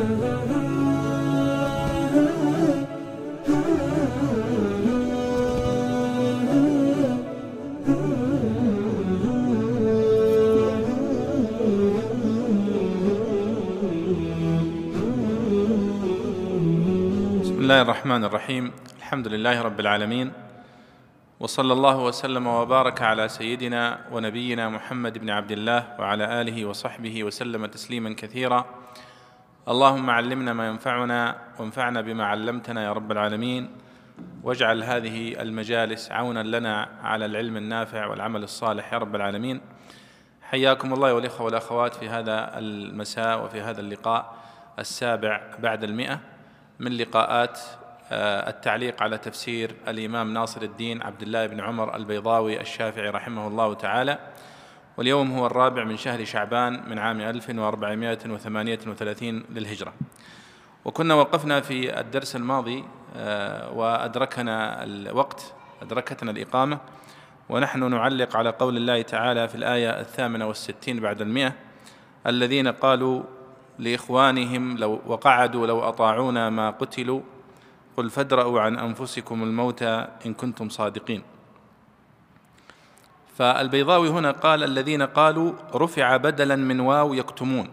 بسم الله الرحمن الرحيم. الحمد لله رب العالمين، وصلى الله وسلم وبارك على سيدنا ونبينا محمد بن عبد الله وعلى آله وصحبه وسلم تسليما كثيرا. اللهم علمنا ما ينفعنا وانفعنا بما علمتنا يا رب العالمين، واجعل هذه المجالس عونا لنا على العلم النافع والعمل الصالح يا رب العالمين. حياكم الله والإخوة والأخوات في هذا المساء وفي هذا اللقاء السابع بعد 100 من لقاءات التعليق على تفسير الإمام ناصر الدين عبد الله بن عمر البيضاوي الشافعي رحمه الله تعالى. واليوم هو 4 من شهر شعبان من عام 1438 للهجرة. وكنا وقفنا في الدرس الماضي وأدركنا الوقت، أدركتنا الإقامة، ونحن نعلق على قول الله تعالى في الآية 68 بعد 100: الذين قالوا لإخوانهم وقعدوا لو أطاعونا ما قتلوا قل فادرءوا عن أنفسكم الموت إن كنتم صادقين. فالبيضاوي هنا قال الذين قالوا رفع بدلا من واو يكتمون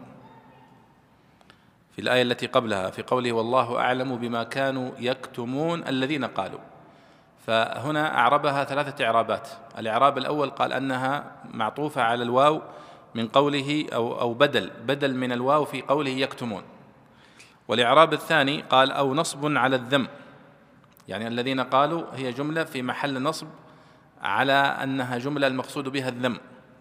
في الآية التي قبلها في قوله والله أعلم بما كانوا يكتمون الذين قالوا. فهنا أعربها 3 إعرابات. الإعراب الأول قال أنها معطوفة على الواو من قوله أو بدل من الواو في قوله يكتمون. والإعراب الثاني قال أو نصب على الذم، يعني الذين قالوا هي جملة في محل نصب على أنها جملة المقصود بها الذم.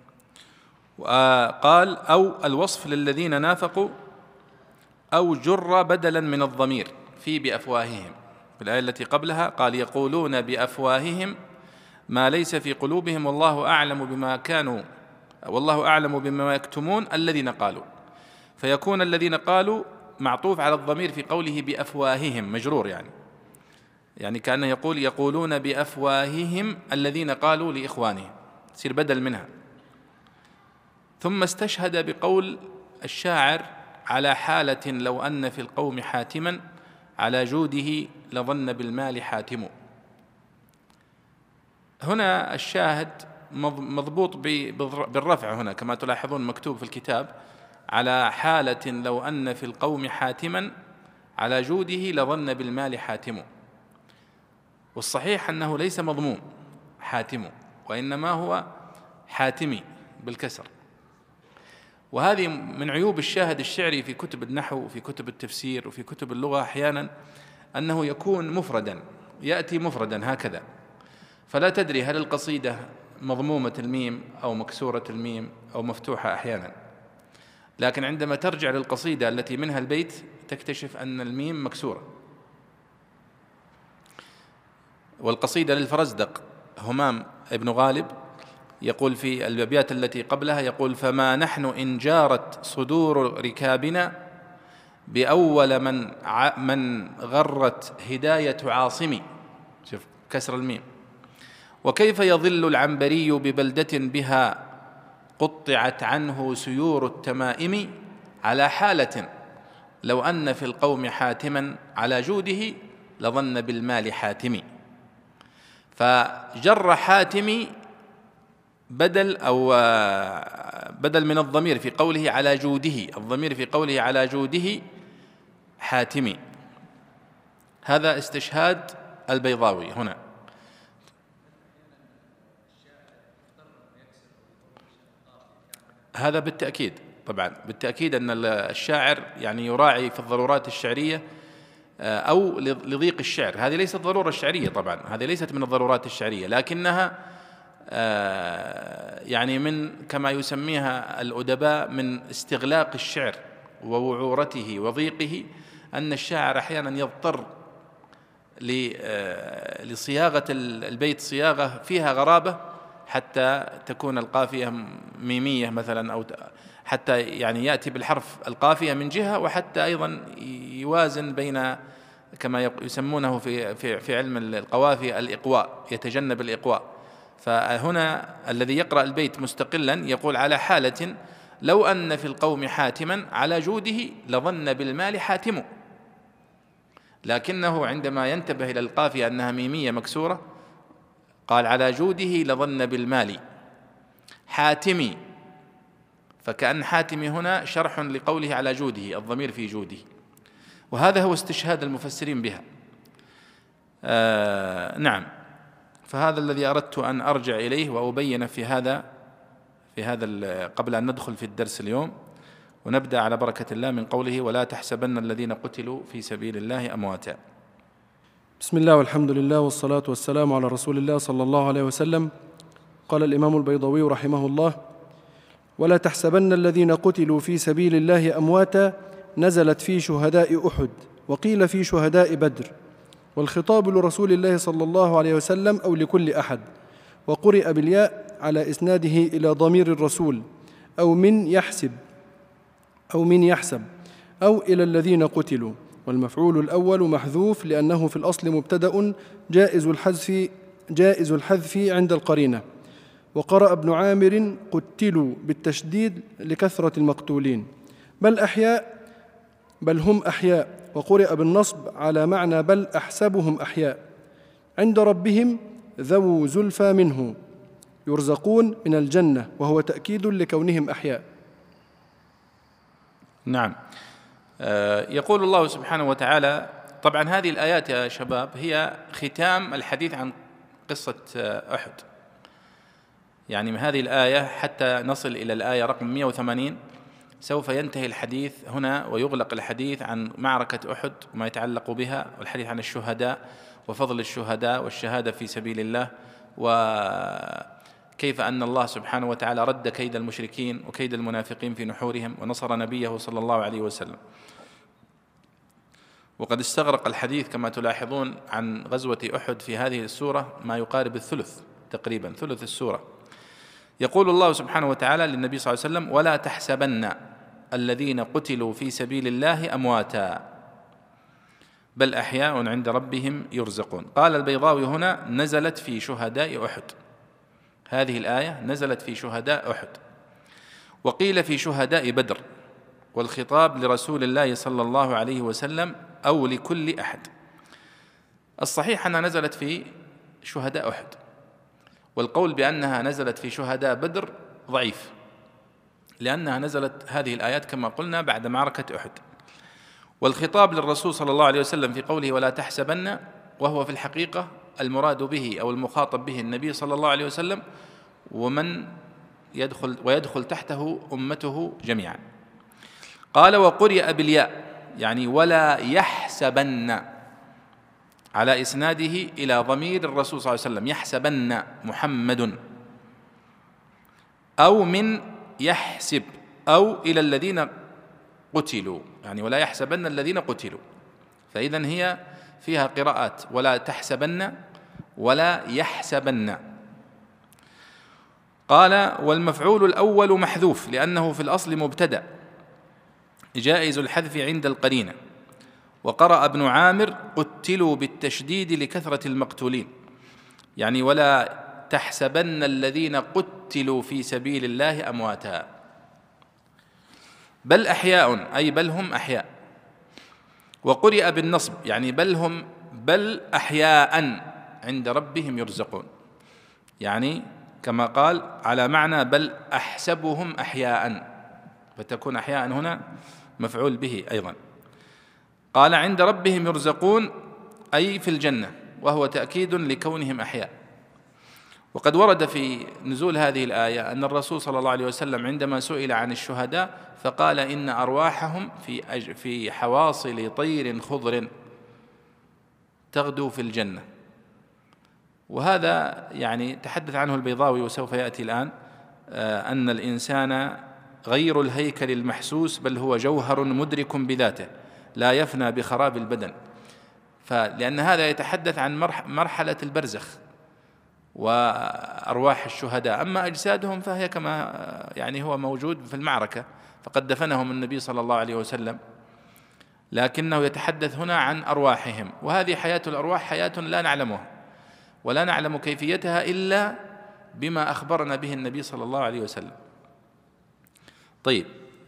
وقال أو الوصف للذين نافقوا أو جر بدلا من الضمير في بأفواههم. في الآية التي قبلها قال يقولون بأفواههم ما ليس في قلوبهم والله أعلم بما يكتمون الذين قالوا. فيكون الذين قالوا معطوف على الضمير في قوله بأفواههم مجرور، يعني كأنه يقولون بأفواههم الذين قالوا لإخوانهم، تصير بدل منها. ثم استشهد بقول الشاعر على حالة لو أن في القوم حاتما على جوده لظن بالمال حاتم. هنا الشاهد مضبوط بالرفع، هنا كما تلاحظون مكتوب في الكتاب على حالة لو أن في القوم حاتما على جوده لظن بالمال حاتم. والصحيح أنه ليس مضموم حاتم، وإنما هو حاتمي بالكسر. وهذه من عيوب الشاهد الشعري في كتب النحو وفي كتب التفسير وفي كتب اللغة أحيانا أنه يكون مفردا، يأتي مفردا هكذا، فلا تدري هل القصيدة مضمومة الميم أو مكسورة الميم أو مفتوحة أحيانا. لكن عندما ترجع للقصيدة التي منها البيت تكتشف أن الميم مكسورة. والقصيدة للفرزدق همام ابن غالب يقول في الأبيات التي قبلها يقول فما نحن إن جارت صدور ركابنا بأول من غرت هداية عاصمي، شوف كسر الميم، وكيف يظل العنبري ببلدة بها قطعت عنه سيور التمائم على حالة لو أن في القوم حاتما على جوده لظن بالمال حاتمي. فجر حاتمي بدل من الضمير في قوله على جوده، الضمير في قوله على جوده حاتمي. هذا استشهاد البيضاوي هنا. هذا بالتأكيد، طبعا بالتأكيد أن الشاعر يعني يراعي في الضرورات الشعرية أو لضيق الشعر. هذه ليست ضرورة الشعرية، طبعا هذه ليست من الضرورات الشعرية، لكنها يعني من كما يسميها الأدباء من استغلاق الشعر ووعورته وضيقه، أن الشاعر أحيانا يضطر لصياغة البيت صياغة فيها غرابة حتى تكون القافية ميمية مثلا، أو حتى يعني يأتي بالحرف القافية من جهة، وحتى أيضا يوازن بين كما يسمونه في علم القوافي الإقواء، يتجنب الإقواء. فهنا الذي يقرأ البيت مستقلا يقول على حالة لو أن في القوم حاتما على جوده لظن بالمال حاتم، لكنه عندما ينتبه إلى القافية أنها ميمية مكسورة قال على جوده لظن بالمال حاتمي، فكأن حاتمي هنا شرح لقوله على جوده، الضمير في جوده، وهذا هو استشهاد المفسرين بها. نعم، فهذا الذي أردت أن أرجع إليه وأبين في هذا قبل أن ندخل في الدرس اليوم، ونبدأ على بركة الله من قوله ولا تحسبن الذين قتلوا في سبيل الله أمواتا. بسم الله والحمد لله والصلاة والسلام على رسول الله صلى الله عليه وسلم. قال الإمام البيضاوي رحمه الله: ولا تحسبن الذين قتلوا في سبيل الله أمواتا نزلت في شهداء أحد، وقيل في شهداء بدر، والخطاب لرسول الله صلى الله عليه وسلم أو لكل أحد، وقرئ بالياء على إسناده إلى ضمير الرسول أو من يحسب أو إلى الذين قتلوا، والمفعول الأول محذوف لأنه في الأصل مبتدأ جائز الحذف عند القرينة. وقرأ ابن عامر قتلوا بالتشديد لكثرة المقتولين، بل هم أحياء، وقرئ بالنصب على معنى بل أحسبهم أحياء، عند ربهم ذو زلفى منه يرزقون من الجنة، وهو تأكيد لكونهم أحياء. نعم. يقول الله سبحانه وتعالى، طبعا هذه الآيات يا شباب هي ختام الحديث عن قصة أحد، يعني من هذه الآية حتى نصل إلى الآية رقم 180 سوف ينتهي الحديث هنا ويغلق الحديث عن معركة أحد وما يتعلق بها، والحديث عن الشهداء وفضل الشهداء والشهادة في سبيل الله، وكيف أن الله سبحانه وتعالى رد كيد المشركين وكيد المنافقين في نحورهم ونصر نبيه صلى الله عليه وسلم. وقد استغرق الحديث كما تلاحظون عن غزوة أحد في هذه السورة ما يقارب الثلث تقريبا، ثلث السورة. يقول الله سبحانه وتعالى للنبي صلى الله عليه وسلم ولا تحسبن الذين قتلوا في سبيل الله أمواتا بل أحياء عند ربهم يرزقون. قال البيضاوي هنا نزلت في شهداء أحد، هذه الآية نزلت في شهداء أحد، وقيل في شهداء بدر، والخطاب لرسول الله صلى الله عليه وسلم أو لكل أحد. الصحيح أنها نزلت في شهداء أحد، والقول بأنها نزلت في شهداء بدر ضعيف، لأنها نزلت هذه الآيات كما قلنا بعد معركة أحد. والخطاب للرسول صلى الله عليه وسلم في قوله ولا تحسبن، وهو في الحقيقة المراد به أو المخاطب به النبي صلى الله عليه وسلم ومن يدخل تحته أمته جميعا. قال وقرئ بالياء، يعني ولا يحسبن، على إسناده إلى ضمير الرسول صلى الله عليه وسلم، يحسبن محمد، أو من يحسب، أو إلى الذين قتلوا، يعني ولا يحسبن الذين قتلوا. فإذن هي فيها قراءات ولا تحسبن ولا يحسبن. قال والمفعول الأول محذوف لأنه في الأصل مبتدأ جائز الحذف عند القرينة. وقرأ ابن عامر قتلوا بالتشديد لكثرة المقتولين، يعني ولا تحسبن الذين قتلوا في سبيل الله أمواتا بل أحياء، أي بل هم أحياء. وقرئ بالنصب، يعني بل أحياء عند ربهم يرزقون، يعني كما قال على معنى بل أحسبهم أحياء، فتكون أحياء هنا مفعول به أيضا. قال عند ربهم يرزقون أي في الجنة، وهو تأكيد لكونهم أحياء. وقد ورد في نزول هذه الآية أن الرسول صلى الله عليه وسلم عندما سئل عن الشهداء فقال إن أرواحهم في حواصل طير خضر تغدو في الجنة. وهذا يعني تحدث عنه البيضاوي وسوف يأتي الآن، أن الإنسان غير الهيكل المحسوس بل هو جوهر مدرك بذاته لا يفنى بخراب البدن، لأن هذا يتحدث عن مرحلة البرزخ وأرواح الشهداء. أما أجسادهم فهي كما يعني هو موجود في المعركة، فقد دفنهم النبي صلى الله عليه وسلم، لكنه يتحدث هنا عن أرواحهم، وهذه حياة الأرواح حياة لا نعلمها ولا نعلم كيفيتها إلا بما أخبرنا به النبي صلى الله عليه وسلم. طيب،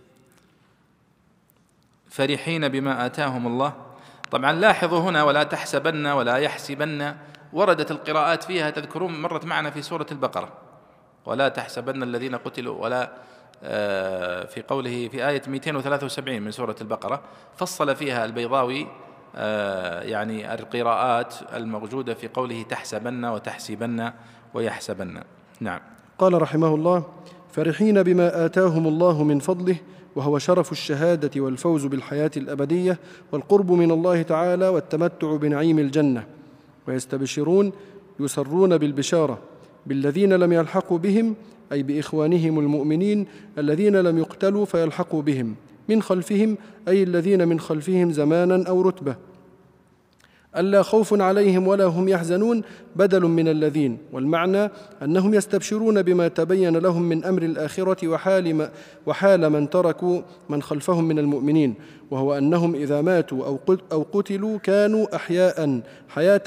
فرحين بما آتاهم الله. طبعا لاحظوا هنا ولا تحسبن ولا يحسبن، وردت القراءات فيها تذكرون مرت معنا في سورة البقرة، ولا تحسبن الذين قتلوا، ولا في قوله في آية 273 من سورة البقرة فصل فيها البيضاوي يعني القراءات الموجودة في قوله تحسبن وتحسبن ويحسبن. نعم. قال رحمه الله: فرحين بما آتاهم الله من فضله، وهو شرف الشهادة والفوز بالحياة الأبدية والقرب من الله تعالى والتمتع بنعيم الجنة، ويستبشرون يسرون بالبشارة بالذين لم يلحقوا بهم، أي بإخوانهم المؤمنين الذين لم يقتلوا فيلحقوا بهم من خلفهم، أي الذين من خلفهم زمانا أو رتبة، ألا خوف عليهم ولا هم يحزنون، بدل من الذين، والمعنى أنهم يستبشرون بما تبين لهم من أمر الآخرة وحال من تركوا من خلفهم من المؤمنين، وهو أنهم إذا ماتوا أو قتلوا كانوا أحياء حياة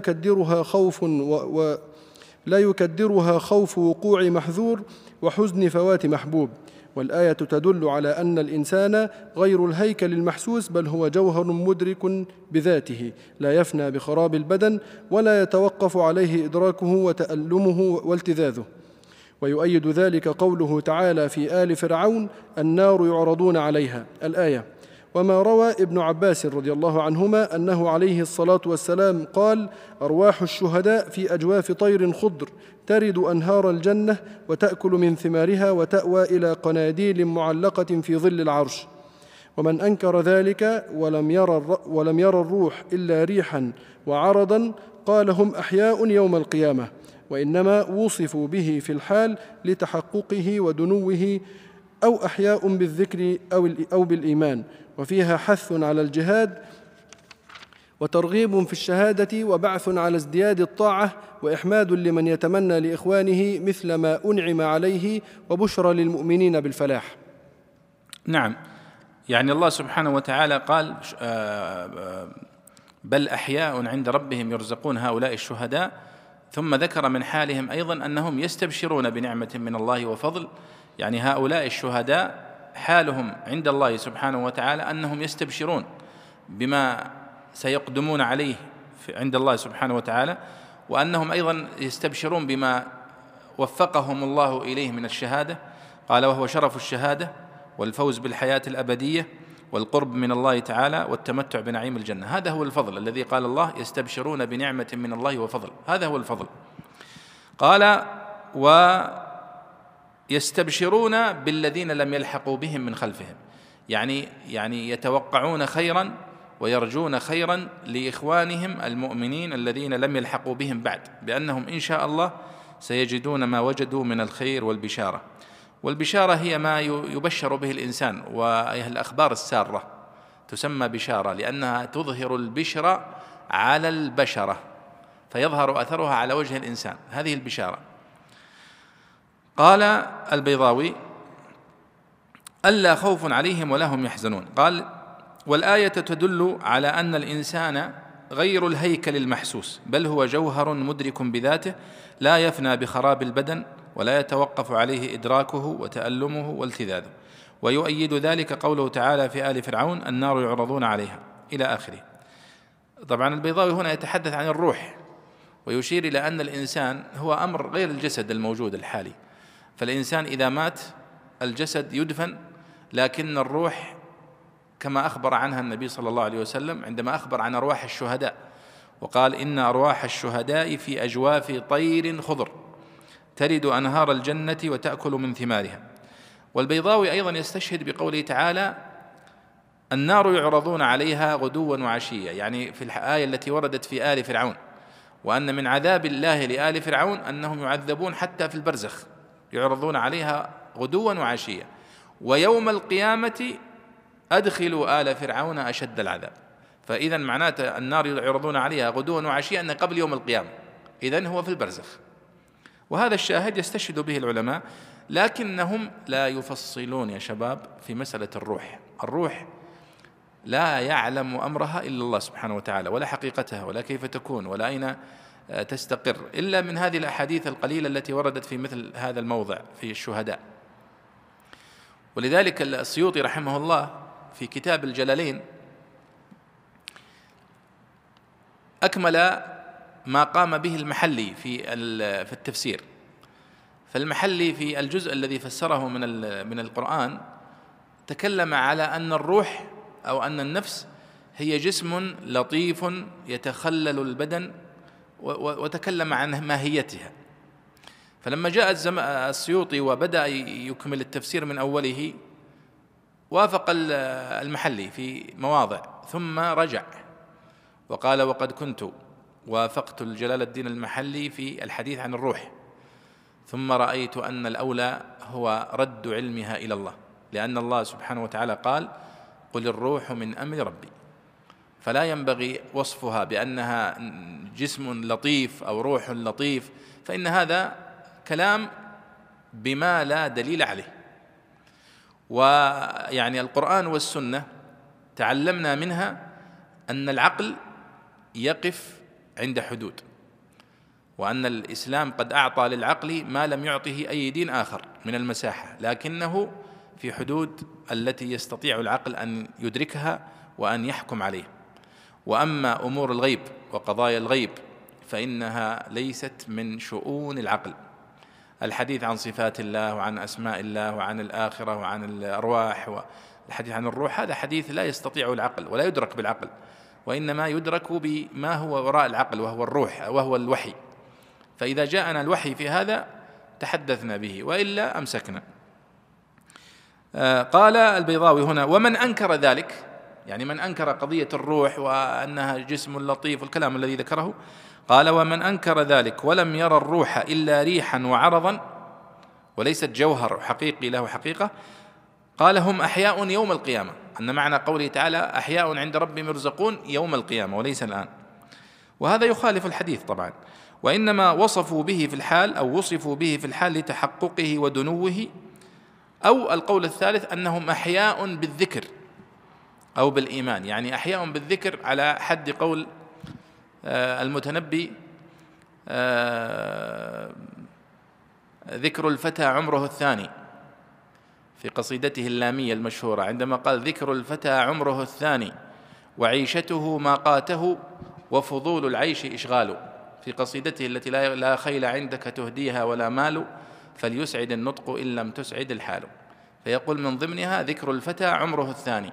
لا يكدرها خوف وقوع محذور وحزن فوات محبوب. والآية تدل على أن الإنسان غير الهيكل المحسوس، بل هو جوهر مدرك بذاته لا يفنى بخراب البدن ولا يتوقف عليه إدراكه وتألمه والتذاذه. ويؤيد ذلك قوله تعالى في آل فرعون: النار يعرضون عليها، الآية. وما روى ابن عباس رضي الله عنهما أنه عليه الصلاة والسلام قال: أرواح الشهداء في أجواف طير خضر ترد أنهار الجنة وتأكل من ثمارها وتأوى إلى قناديل معلقة في ظل العرش. ومن أنكر ذلك ولم يرى الروح إلا ريحا وعرضا قال: هم أحياء يوم القيامة، وإنما وصفوا به في الحال لتحققه ودنوه، أو أحياء بالذكر أو بالإيمان. وفيها حث على الجهاد وترغيب في الشهادة وبعث على ازدياد الطاعة وإحماد لمن يتمنى لإخوانه مثل ما أنعم عليه، وبشرى للمؤمنين بالفلاح. نعم، يعني الله سبحانه وتعالى قال: بل أحياء عند ربهم يرزقون هؤلاء الشهداء، ثم ذكر من حالهم أيضا أنهم يستبشرون بنعمة من الله وفضل. يعني هؤلاء الشهداء حالهم عند الله سبحانه وتعالى أنهم يستبشرون بما سيقدمون عليه عند الله سبحانه وتعالى، وأنهم أيضا يستبشرون بما وفقهم الله إليه من الشهادة. قال: وهو شرف الشهادة والفوز بالحياة الأبدية والقرب من الله تعالى والتمتع بنعيم الجنة. هذا هو الفضل الذي قال الله: يستبشرون بنعمة من الله وفضل. هذا هو الفضل. قال: ويستبشرون بالذين لم يلحقوا بهم من خلفهم، يعني يتوقعون خيرا ويرجون خيرا لإخوانهم المؤمنين الذين لم يلحقوا بهم بعد، بأنهم إن شاء الله سيجدون ما وجدوا من الخير والبشارة. والبشارة هي ما يبشر به الإنسان، وهي الأخبار السارة تسمى بشارة، لأنها تظهر البشرى على البشرة فيظهر أثرها على وجه الإنسان، هذه البشارة. قال البيضاوي: ألا خوف عليهم ولا هم يحزنون. قال: والآية تدل على أن الإنسان غير الهيكل المحسوس، بل هو جوهر مدرك بذاته لا يفنى بخراب البدن ولا يتوقف عليه إدراكه وتألمه والتذاذه. ويؤيد ذلك قوله تعالى في آل فرعون: النار يعرضون عليها، إلى آخره. طبعا البيضاوي هنا يتحدث عن الروح، ويشير إلى أن الإنسان هو أمر غير الجسد الموجود الحالي، فالإنسان إذا مات الجسد يدفن، لكن الروح كما أخبر عنها النبي صلى الله عليه وسلم عندما أخبر عن أرواح الشهداء، وقال: إن أرواح الشهداء في أجواف طير خضر ترد أنهار الجنة وتأكل من ثمارها. والبيضاوي أيضا يستشهد بقوله تعالى: النار يعرضون عليها غدوا وعشيا، يعني في الآية التي وردت في آل فرعون، وأن من عذاب الله لآل فرعون أنهم يعذبون حتى في البرزخ، يعرضون عليها غدوا وعشيا، ويوم القيامة أدخلوا آل فرعون أشد العذاب. فإذا معناته النار يعرضون عليها غدوا وعشيا أن قبل يوم القيامة، إذن هو في البرزخ. وهذا الشاهد يستشهد به العلماء، لكنهم لا يفصلون يا شباب في مسألة الروح. الروح لا يعلم أمرها إلا الله سبحانه وتعالى، ولا حقيقتها ولا كيف تكون ولا أين تستقر، إلا من هذه الأحاديث القليلة التي وردت في مثل هذا الموضع في الشهداء. ولذلك السيوطي رحمه الله في كتاب الجلالين أكمل ما قام به المحلي في التفسير. فالمحلي في الجزء الذي فسره من القرآن تكلم على أن الروح أو أن النفس هي جسم لطيف يتخلل البدن، وتكلم عن ماهيتها. فلما جاء السيوطي وبدأ يكمل التفسير من أوله وافق المحلي في مواضع، ثم رجع وقال: وقد كنت وافقت الجلال الدين المحلي في الحديث عن الروح، ثم رأيت أن الأولى هو رد علمها إلى الله، لأن الله سبحانه وتعالى قال: قل الروح من أمر ربي، فلا ينبغي وصفها بأنها جسم لطيف أو روح لطيف، فإن هذا كلام بما لا دليل عليه. ويعني القرآن والسنة تعلمنا منها أن العقل يقف عند حدود، وأن الإسلام قد أعطى للعقل ما لم يعطه أي دين آخر من المساحة، لكنه في حدود التي يستطيع العقل أن يدركها وأن يحكم عليه. وأما أمور الغيب وقضايا الغيب فإنها ليست من شؤون العقل. الحديث عن صفات الله وعن أسماء الله وعن الآخرة وعن الأرواح والحديث عن الروح، هذا حديث لا يستطيع العقل ولا يدرك بالعقل، وإنما يدرك بما هو وراء العقل وهو الروح وهو الوحي. فإذا جاءنا الوحي في هذا تحدثنا به، وإلا أمسكنا. قال البيضاوي هنا: ومن أنكر ذلك، يعني من أنكر قضية الروح وأنها جسم لطيف والكلام الذي ذكره، قال: ومن أنكر ذلك ولم يرى الروح إلا ريحا وعرضا وليست جوهر حقيقي له حقيقة، قال: هم أحياء يوم القيامة. أن معنى قوله تعالى: أحياء عند ربهم يرزقون يوم القيامة وليس الآن، وهذا يخالف الحديث طبعا. وإنما وصفوا به في الحال أو وصفوا به في الحال لتحققه ودنوه، أو القول الثالث أنهم أحياء بالذكر أو بالإيمان، يعني أحياء بالذكر على حد قول المتنبي: ذكر الفتى عمره الثاني، في قصيدته اللامية المشهورة عندما قال: ذكر الفتى عمره الثاني وعيشته ما قاته وفضول العيش إشغال، في قصيدته التي لا خيل عندك تهديها ولا مال فليسعد النطق إن لم تسعد الحال. فيقول من ضمنها: ذكر الفتى عمره الثاني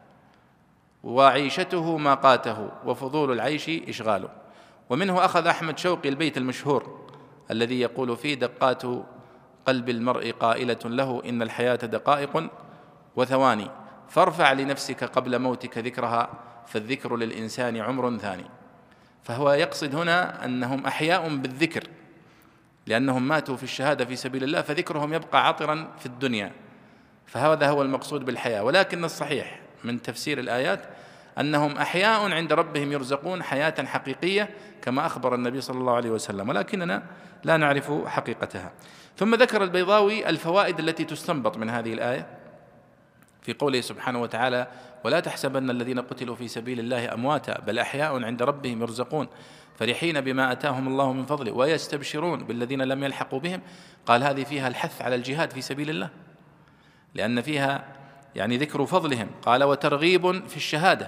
وعيشته ما قاته وفضول العيش إشغاله. ومنه أخذ أحمد شوقي البيت المشهور الذي يقول فيه: دقات قلب المرء قائلة له إن الحياة دقائق وثواني، فارفع لنفسك قبل موتك ذكرها فالذكر للإنسان عمر ثاني. فهو يقصد هنا أنهم أحياء بالذكر لأنهم ماتوا في الشهادة في سبيل الله، فذكرهم يبقى عطرا في الدنيا، فهذا هو المقصود بالحياة. ولكن الصحيح من تفسير الآيات أنهم أحياء عند ربهم يرزقون حياة حقيقية كما أخبر النبي صلى الله عليه وسلم، ولكننا لا نعرف حقيقتها. ثم ذكر البيضاوي الفوائد التي تستنبط من هذه الآية في قوله سبحانه وتعالى: ولا تحسبن الذين قتلوا في سبيل الله أمواتا بل أحياء عند ربهم يرزقون فرحين بما أتاهم الله من فضله ويستبشرون بالذين لم يلحقوا بهم. قال: هذه فيها الحث على الجهاد في سبيل الله، لأن فيها يعني ذكر فضلهم. قال: وترغيب في الشهادة،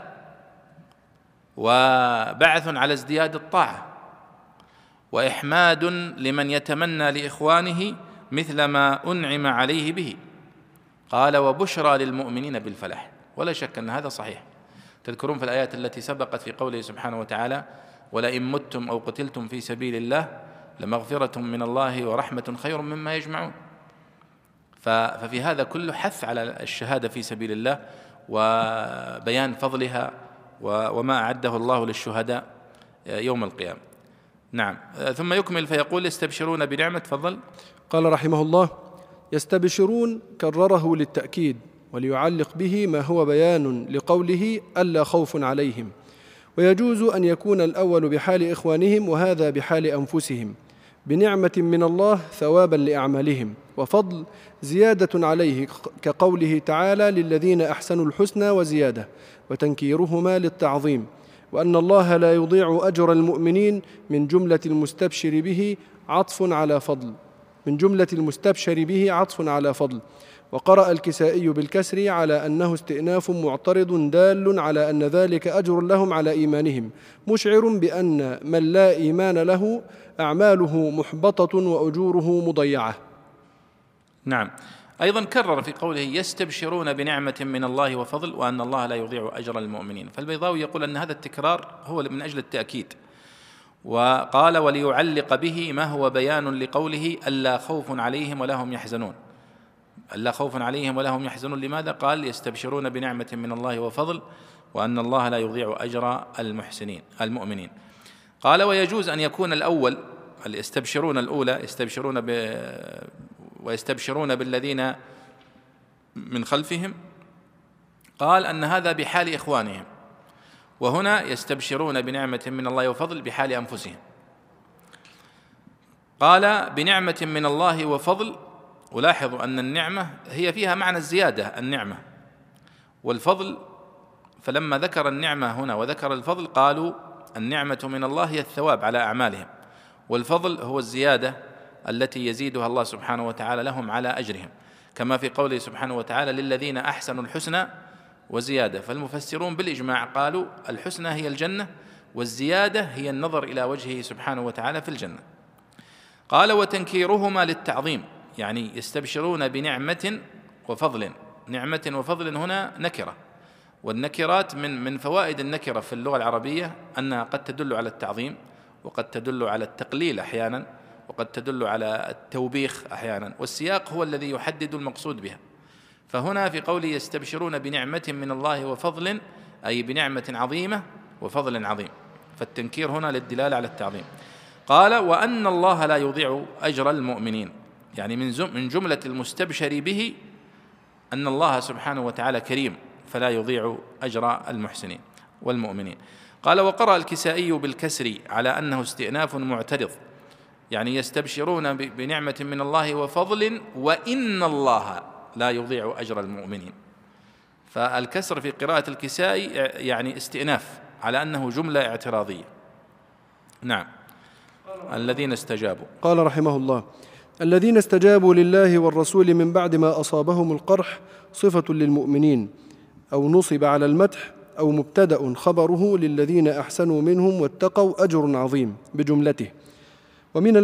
وبعث على ازدياد الطاعة، وإحماد لمن يتمنى لإخوانه مثل ما أنعم عليه به. قال: وبشرى للمؤمنين بالفلاح. ولا شك أن هذا صحيح. تذكرون في الآيات التي سبقت في قوله سبحانه وتعالى: ولئن متم أو قتلتم في سبيل الله لمغفرة من الله ورحمة خير مما يجمعون. ففي هذا كله حث على الشهادة في سبيل الله وبيان فضلها وما أعده الله للشهداء يوم القيامة. نعم. ثم يكمل فيقول: يستبشرون بنعمة. تفضل. قال رحمه الله: يستبشرون كرره للتأكيد وليعلق به ما هو بيان لقوله ألا خوف عليهم، ويجوز أن يكون الأول بحال إخوانهم وهذا بحال أنفسهم، بنعمة من الله ثوابا لأعمالهم وفضل زيادة عليه، كقوله تعالى: للذين أحسنوا الحسنى وزيادة، وتنكيرهما للتعظيم، وأن الله لا يضيع أجر المؤمنين من جملة المستبشر به عطف على فضل، من جملة المستبشر به عطف على فضل. وقرأ الكسائي بالكسر على أنه استئناف معترض دال على أن ذلك أجر لهم على إيمانهم، مشعر بأن من لا إيمان له أعماله محبطة وأجوره مضيعة. نعم. أيضا كرر في قوله يستبشرون بنعمة من الله وفضل وأن الله لا يضيع أجر المؤمنين. فالبيضاوي يقول أن هذا التكرار هو من أجل التأكيد، وقال وليعلق به ما هو بيان لقوله ألا خوف عليهم ولا هم يحزنون. ألا خوف عليهم ولا هم يحزنون لماذا؟ قال يستبشرون بنعمة من الله وفضل وأن الله لا يضيع أجر المؤمنين. قال ويجوز أن يكون الأول يستبشرون الأولى ويستبشرون بالذين من خلفهم، قال أن هذا بحال إخوانهم، وهنا يستبشرون بنعمة من الله وفضل بحال أنفسهم. قال بنعمة من الله وفضل، ولاحظوا أن النعمة هي فيها معنى الزيادة النعمة والفضل، فلما ذكر النعمة هنا وذكر الفضل قالوا النعمة من الله هي الثواب على أعمالهم، والفضل هو الزيادة التي يزيدها الله سبحانه وتعالى لهم على أجرهم، كما في قوله سبحانه وتعالى للذين أحسنوا الحسنى وزيادة. فالمفسرون بالإجماع قالوا الحسنى هي الجنة، والزيادة هي النظر إلى وجهه سبحانه وتعالى في الجنة. قال وتنكيرهما للتعظيم، يعني يستبشرون بنعمة وفضل. نعمة وفضل هنا نكرة، والنكرات من فوائد النكرة في اللغة العربية أنها قد تدل على التعظيم، وقد تدل على التقليل أحيانا، وقد تدل على التوبيخ أحيانا، والسياق هو الذي يحدد المقصود بها. فهنا في قوله يستبشرون بنعمة من الله وفضل أي بنعمة عظيمة وفضل عظيم، فالتنكير هنا للدلالة على التعظيم. قال وأن الله لا يضيع أجر المؤمنين، يعني من جملة المستبشر به أن الله سبحانه وتعالى كريم فلا يضيع أجر المحسنين والمؤمنين. قال وقرأ الكسائي بالكسر على أنه استئناف معترض، يعني يستبشرون بنعمة من الله وفضل وإن الله لا يضيع أجر المؤمنين. فالكسر في قراءة الكسائي يعني استئناف على أنه جملة اعتراضية. نعم. الذين استجابوا، قال رحمه الله الذين استجابوا لله والرسول من بعد ما أصابهم القرح صفة للمؤمنين، أو نصب على المدح، أو مبتدأ خبره للذين أحسنوا منهم واتقوا أجر عظيم بجملته. ومن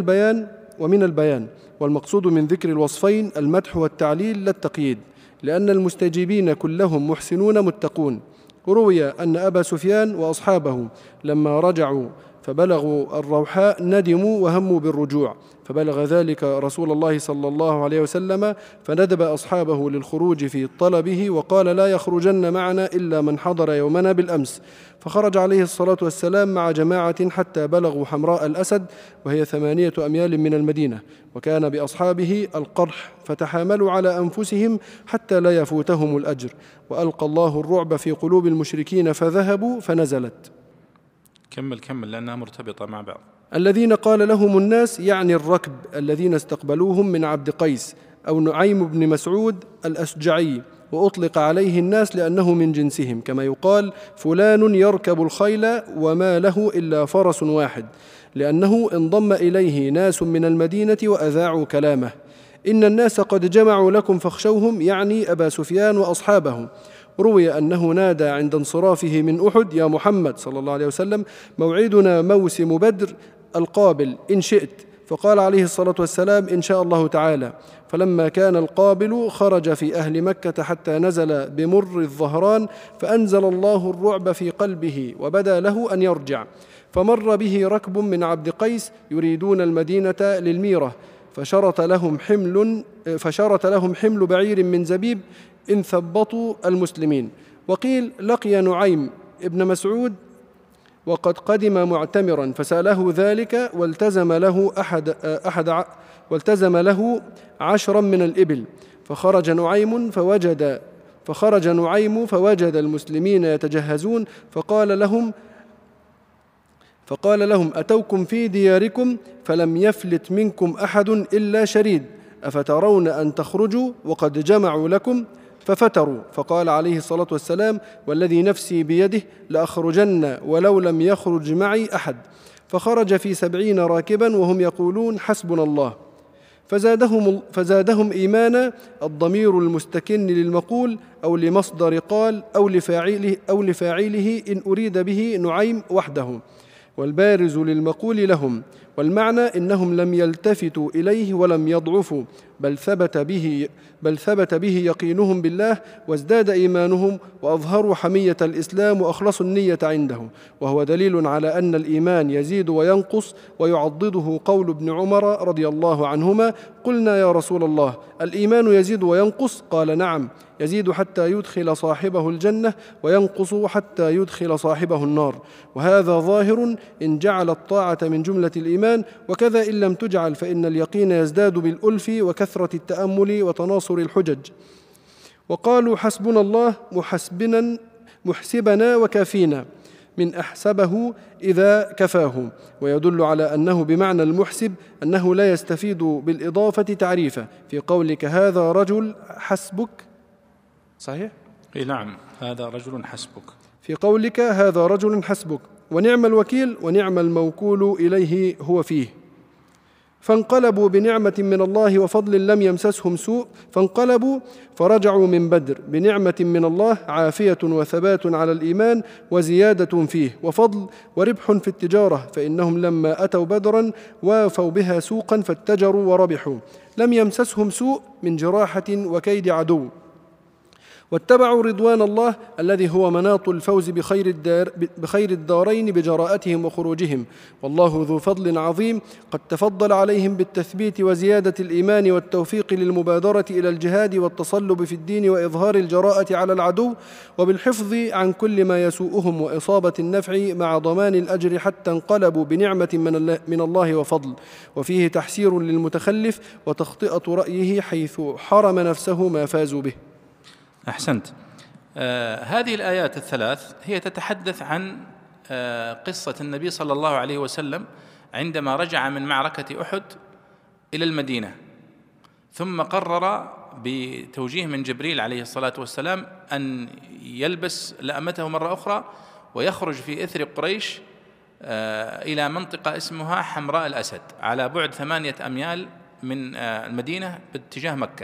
البيان والمقصود من ذكر الوصفين المدح والتعليل لا التقييد، لأن المستجيبين كلهم محسنون متقون. وروي أن أبا سفيان وأصحابه لما رجعوا فبلغوا الروحاء ندموا وهموا بالرجوع، فبلغ ذلك رسول الله صلى الله عليه وسلم فندب أصحابه للخروج في طلبه وقال لا يخرجن معنا إلا من حضر يومنا بالأمس، فخرج عليه الصلاة والسلام مع جماعة حتى بلغوا حمراء الأسد وهي 8 أميال من المدينة، وكان بأصحابه القرح فتحاملوا على أنفسهم حتى لا يفوتهم الأجر، وألقى الله الرعب في قلوب المشركين فذهبوا فنزلت. كمل لأنها مرتبطة مع بعض. الذين قال لهم الناس يعني الركب الذين استقبلوهم من عبد قيس أو نعيم بن مسعود الأشجعي، وأطلق عليه الناس لأنه من جنسهم، كما يقال فلان يركب الخيل وما له إلا فرس واحد، لأنه انضم إليه ناس من المدينة وأذاعوا كلامه. إن الناس قد جمعوا لكم فاخشوهم، يعني أبا سفيان وأصحابه. روي أنه نادى عند انصرافه من أحد يا محمد صلى الله عليه وسلم موعدنا موسم بدر القابل إن شئت، فقال عليه الصلاة والسلام إن شاء الله تعالى. فلما كان القابل خرج في أهل مكة حتى نزل بمر الظهران، فأنزل الله الرعب في قلبه وبدا له أن يرجع، فمر به ركب من عبد قيس يريدون المدينة للميرة، فشرط لهم حمل بعير من زبيب إن ثبطوا المسلمين. وقيل لقي نعيم ابن مسعود وقد قدم معتمرا فسأله ذلك، والتزم له 10 من الإبل، فخرج نعيم فوجد المسلمين يتجهزون، فقال لهم أتوكم في دياركم فلم يفلت منكم أحد إلا شريد، أفترون أن تخرجوا وقد جمعوا لكم؟ ففتروا، فقال عليه الصلاة والسلام والذي نفسي بيده لأخرجن ولو لم يخرج معي أحد، فخرج في 70 راكبا وهم يقولون حسبنا الله. فزادهم إيمانا الضمير المستكن للمقول أو لمصدر قال أو لفاعله إن أريد به نعيم وحده، والبارز للمقول لهم، والمعنى إنهم لم يلتفتوا إليه ولم يضعفوا، بل ثبت به يقينهم بالله، وازداد إيمانهم، وأظهروا حمية الإسلام وأخلصوا النية عنده. وهو دليل على أن الإيمان يزيد وينقص، ويعضده قول ابن عمر رضي الله عنهما: قلنا يا رسول الله الإيمان يزيد وينقص؟ قال: نعم، يزيد حتى يدخل صاحبه الجنة، وينقص حتى يدخل صاحبه النار. وهذا ظاهر إن جعل الطاعة من جملة الإيمان، وكذا إن لم تجعل، فإن اليقين يزداد بالألف وكثرة التأمل وتناصر الحجج. وقالوا: حسبنا الله محسبنا وكافينا، من أحسبه إذا كفاه. ويدل على أنه بمعنى المحسب، أنه لا يستفيد بالإضافة تعريفه. في قولك هذا رجل حسبك، صحيح؟ نعم، هذا رجل حسبك. في قولك هذا رجل حسبك، ونعم الوكيل ونعم الموكول إليه هو فيه. فانقلبوا بنعمة من الله وفضل لم يمسسهم سوء، فانقلبوا فرجعوا من بدر بنعمة من الله، عافية وثبات على الإيمان وزيادة فيه، وفضل وربح في التجارة، فإنهم لما أتوا بدرا وافوا بها سوقا فاتجروا وربحوا، لم يمسسهم سوء من جراحة وكيد عدو، واتبعوا رضوان الله الذي هو مناط الفوز بخير الدارين بجراءتهم وخروجهم. والله ذو فضل عظيم، قد تفضل عليهم بالتثبيت وزيادة الإيمان والتوفيق للمبادرة إلى الجهاد والتصلب في الدين وإظهار الجراءة على العدو، وبالحفظ عن كل ما يسوءهم وإصابة النفع مع ضمان الأجر، حتى انقلبوا بنعمة من الله وفضل. وفيه تحسير للمتخلف وتخطئة رأيه حيث حرم نفسه ما فازوا به. أحسنت. هذه الآيات الثلاث هي تتحدث عن قصة النبي صلى الله عليه وسلم عندما رجع من معركة أحد إلى المدينة، ثم قرر بتوجيه من جبريل عليه الصلاة والسلام أن يلبس لأمته مرة أخرى ويخرج في إثر قريش إلى منطقة اسمها حمراء الأسد، على بعد 8 أميال من المدينة باتجاه مكة.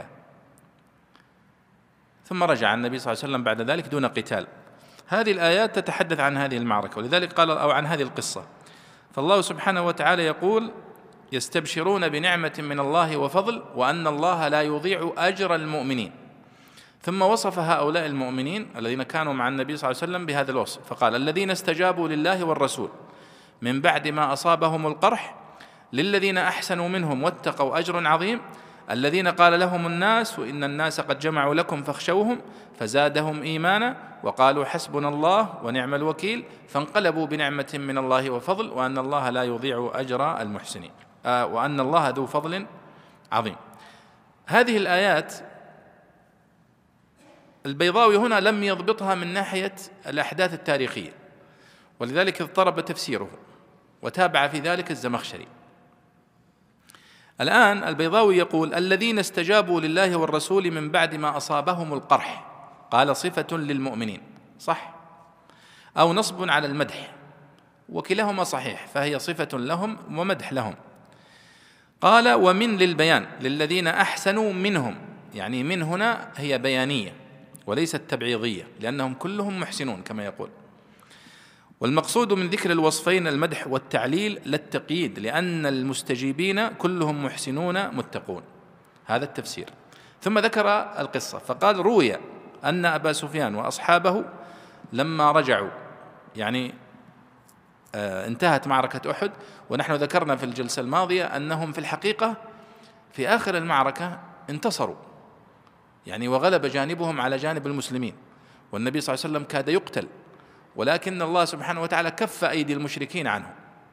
ثم رجع النبي صلى الله عليه وسلم بعد ذلك دون قتال. هذه الآيات تتحدث عن هذه المعركة، ولذلك قال أو عن هذه القصة. فالله سبحانه وتعالى يقول: يستبشرون بنعمة من الله وفضل وأن الله لا يضيع أجر المؤمنين. ثم وصف هؤلاء المؤمنين الذين كانوا مع النبي صلى الله عليه وسلم بهذا الوصف، فقال: الذين استجابوا لله والرسول من بعد ما أصابهم القرح للذين أحسنوا منهم واتقوا أجر عظيم، الذين قال لهم الناس وإن الناس قد جمعوا لكم فاخشوهم فزادهم إيمانا وقالوا حسبنا الله ونعم الوكيل، فانقلبوا بنعمة من الله وفضل وأن الله لا يضيع أجر المحسنين، وأن الله ذو فضل عظيم. هذه الآيات البيضاوي هنا لم يضبطها من ناحية الأحداث التاريخية، ولذلك اضطرب تفسيره، وتابع في ذلك الزمخشري. الآن البيضاوي يقول: الذين استجابوا لله والرسول من بعد ما أصابهم القرح، قال صفة للمؤمنين، صح، أو نصب على المدح، وكلاهما صحيح، فهي صفة لهم ومدح لهم. قال: ومن للبيان للذين أحسنوا منهم، يعني من هنا هي بيانية وليست تبعيضية، لأنهم كلهم محسنون كما يقول. والمقصود من ذكر الوصفين المدح والتعليل للتقييد، لأن المستجيبين كلهم محسنون متقون. هذا التفسير. ثم ذكر القصة فقال: روي أن أبا سفيان وأصحابه لما رجعوا، يعني انتهت معركة أحد، ونحن ذكرنا في الجلسة الماضية أنهم في الحقيقة في آخر المعركة انتصروا، يعني وغلب جانبهم على جانب المسلمين، والنبي صلى الله عليه وسلم كاد يقتل، ولكن الله سبحانه وتعالى كف أيدي المشركين عنه.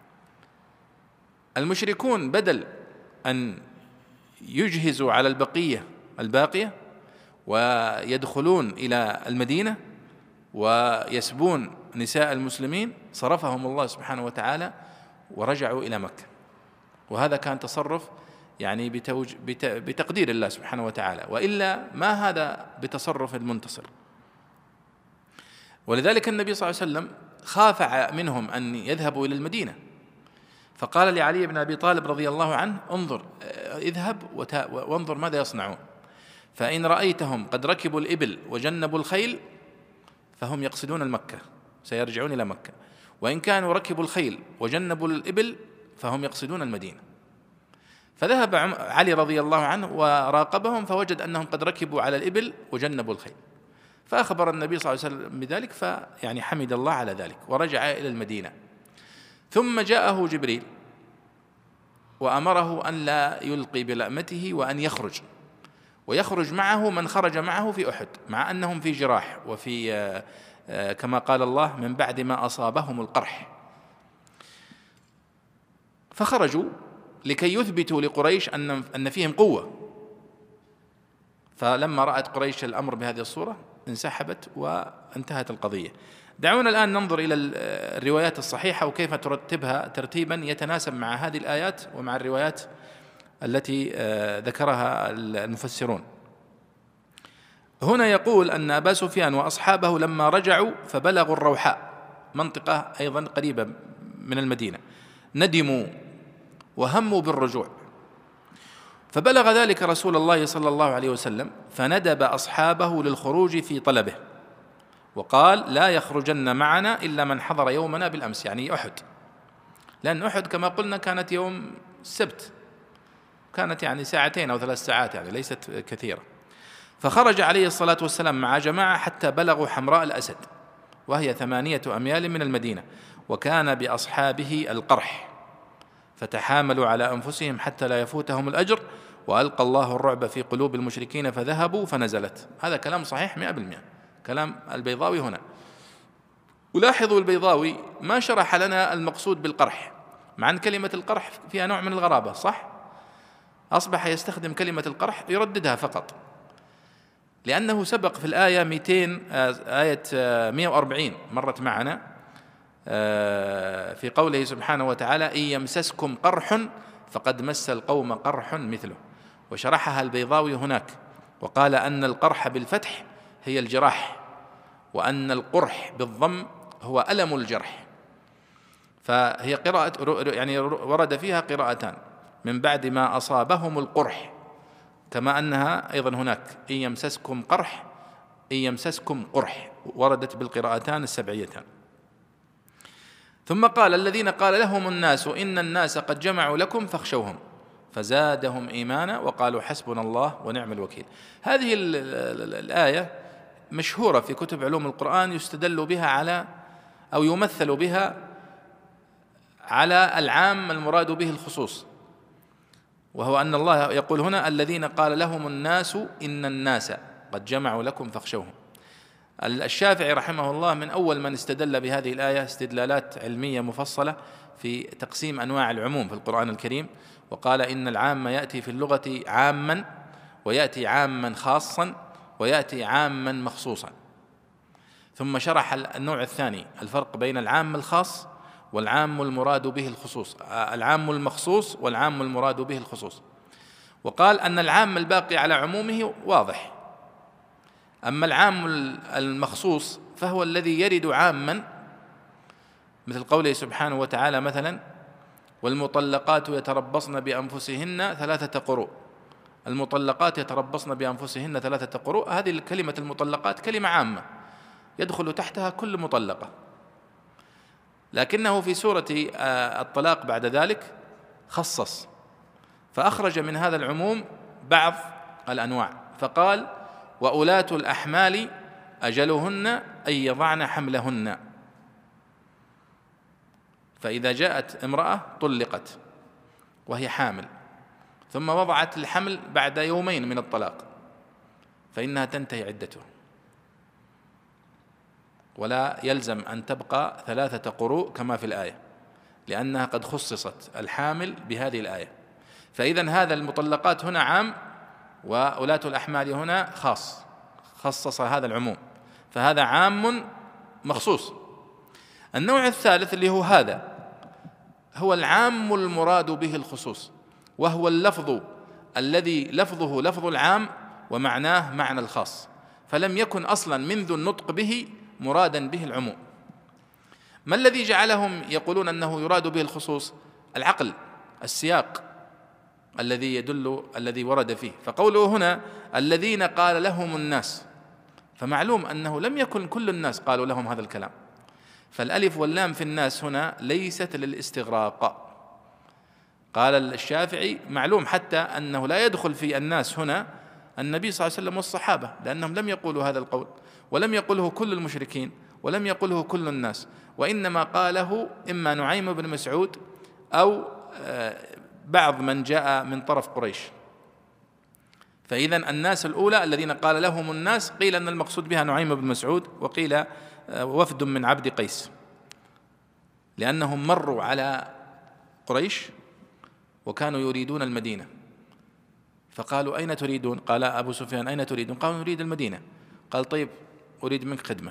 المشركون بدل أن يجهزوا على الباقية ويدخلون إلى المدينة ويسبون نساء المسلمين، صرفهم الله سبحانه وتعالى ورجعوا إلى مكة. وهذا كان تصرف يعني بتقدير الله سبحانه وتعالى، وإلا ما هذا بتصرف المنتصر. ولذلك النبي صلى الله عليه وسلم خاف منهم أن يذهبوا إلى المدينة، فقال لعلي بن أبي طالب رضي الله عنه: انظر، اذهب وانظر ماذا يصنعون، فإن رأيتهم قد ركبوا الإبل وجنبوا الخيل فهم يقصدون المكة، سيرجعون إلى مكة، وإن كانوا ركبوا الخيل وجنبوا الإبل فهم يقصدون المدينة. فذهب علي رضي الله عنه وراقبهم فوجد أنهم قد ركبوا على الإبل وجنبوا الخيل، فأخبر النبي صلى الله عليه وسلم بذلك، فيعني حمد الله على ذلك ورجع إلى المدينة. ثم جاءه جبريل وأمره أن لا يلقي بلأمته وأن يخرج، ويخرج معه من خرج معه في أحد، مع أنهم في جراح وفي كما قال الله: من بعد ما أصابهم القرح. فخرجوا لكي يثبتوا لقريش أن فيهم قوة. فلما رأت قريش الأمر بهذه الصورة انسحبت وانتهت القضية. دعونا الآن ننظر إلى الروايات الصحيحة وكيف ترتبها ترتيبا يتناسب مع هذه الآيات ومع الروايات التي ذكرها المفسرون. هنا يقول أن أبا سفيان وأصحابه لما رجعوا فبلغوا الروحاء، منطقة أيضا قريبة من المدينة، ندموا وهموا بالرجوع، فبلغ ذلك رسول الله صلى الله عليه وسلم، فندب أصحابه للخروج في طلبه، وقال: لا يخرجن معنا إلا من حضر يومنا بالأمس، يعني أحد، لأن أحد كما قلنا كانت يوم السبت، كانت يعني 2 أو 3 ساعات، يعني ليست كثيرة. فخرج عليه الصلاة والسلام مع جماعة حتى بلغوا حمراء الأسد، وهي 8 أميال من المدينة، وكان بأصحابه القرح، فتحاملوا على أنفسهم حتى لا يفوتهم الأجر، وألقى الله الرعب في قلوب المشركين فذهبوا فنزلت. هذا كلام صحيح 100%، كلام البيضاوي هنا. ولاحظوا البيضاوي ما شرح لنا المقصود بالقرح، مع أن كلمة القرح فيها نوع من الغرابة، صح؟ أصبح يستخدم كلمة القرح يرددها فقط، لأنه سبق في الآية 140 مرت معنا في قوله سبحانه وتعالى: إن يمسسكم قرح فقد مس القوم قرح مثله، وشرحها البيضاوي هناك وقال أن القرح بالفتح هي الجراح، وأن القرح بالضم هو ألم الجرح. فهي قراءة يعني ورد فيها قراءتان: من بعد ما أصابهم القرح، كما أنها أيضا هناك إن يمسسكم قرح، إن يمسسكم قرح، وردت بالقراءتان السبعيتان. ثم قال: الذين قال لهم الناس إن الناس قد جمعوا لكم فاخشوهم فزادهم إيمانا وقالوا حسبنا الله ونعم الوكيل. هذه الآية مشهورة في كتب علوم القرآن، يستدل بها على أو يمثل بها على العام المراد به الخصوص، وهو أن الله يقول هنا: الذين قال لهم الناس إن الناس قد جمعوا لكم فاخشوهم. الشافعي رحمه الله من أول من استدل بهذه الآية استدلالات علمية مفصلة في تقسيم أنواع العموم في القرآن الكريم، وقال: إن العام يأتي في اللغة عاما، ويأتي عاما خاصا، ويأتي عاما مخصوصا. ثم شرح النوع الثاني، الفرق بين العام الخاص والعام المراد به الخصوص، العام المخصوص والعام المراد به الخصوص، وقال أن العام الباقي على عمومه واضح، أما العام المخصوص فهو الذي يرد عاما، مثل قوله سبحانه وتعالى مثلا: والمطلقات يتربصن بأنفسهن 3 قروء. المطلقات يتربصن بأنفسهن 3 قروء، هذه كلمة المطلقات كلمة عامة يدخل تحتها كل مطلقة، لكنه في سورة الطلاق بعد ذلك خصص فأخرج من هذا العموم بعض الأنواع، فقال: وأولاة الأحمال أجلهن أن يضعن حملهن. فإذا جاءت امرأة طلقت وهي حامل ثم وضعت الحمل بعد 2 يوم من الطلاق، فإنها تنتهي عدتها، ولا يلزم أن تبقى 3 قروء كما في الآية، لأنها قد خصصت الحامل بهذه الآية. فإذن هذا المطلقات هنا عام، وأولاة الأحمال هنا خاص، خصص هذا العموم، فهذا عام مخصوص. النوع الثالث اللي هو هذا هو العام المراد به الخصوص، وهو اللفظ الذي لفظه لفظ العام ومعناه معنى الخاص، فلم يكن أصلا منذ النطق به مرادا به العموم. ما الذي جعلهم يقولون أنه يراد به الخصوص؟ العقل، السياق الذي ورد فيه. فقوله هنا الذين قال لهم الناس، فمعلوم أنه لم يكن كل الناس قالوا لهم هذا الكلام، فالألف واللام في الناس هنا ليست للاستغراق. قال الشافعي معلوم حتى أنه لا يدخل في الناس هنا النبي صلى الله عليه وسلم والصحابة، لأنهم لم يقولوا هذا القول، ولم يقله كل المشركين، ولم يقله كل الناس، وإنما قاله إما نعيم بن مسعود أو بعض من جاء من طرف قريش. فإذا الناس الأولى الذين قال لهم الناس، قيل أن المقصود بها نعيم بن مسعود، وقيل وفد من عبد قيس، لأنهم مروا على قريش وكانوا يريدون المدينة، فقالوا أين تريدون؟ قال أبو سفيان أين تريدون؟ قالوا نريد المدينة. قال طيب أريد منك خدمة،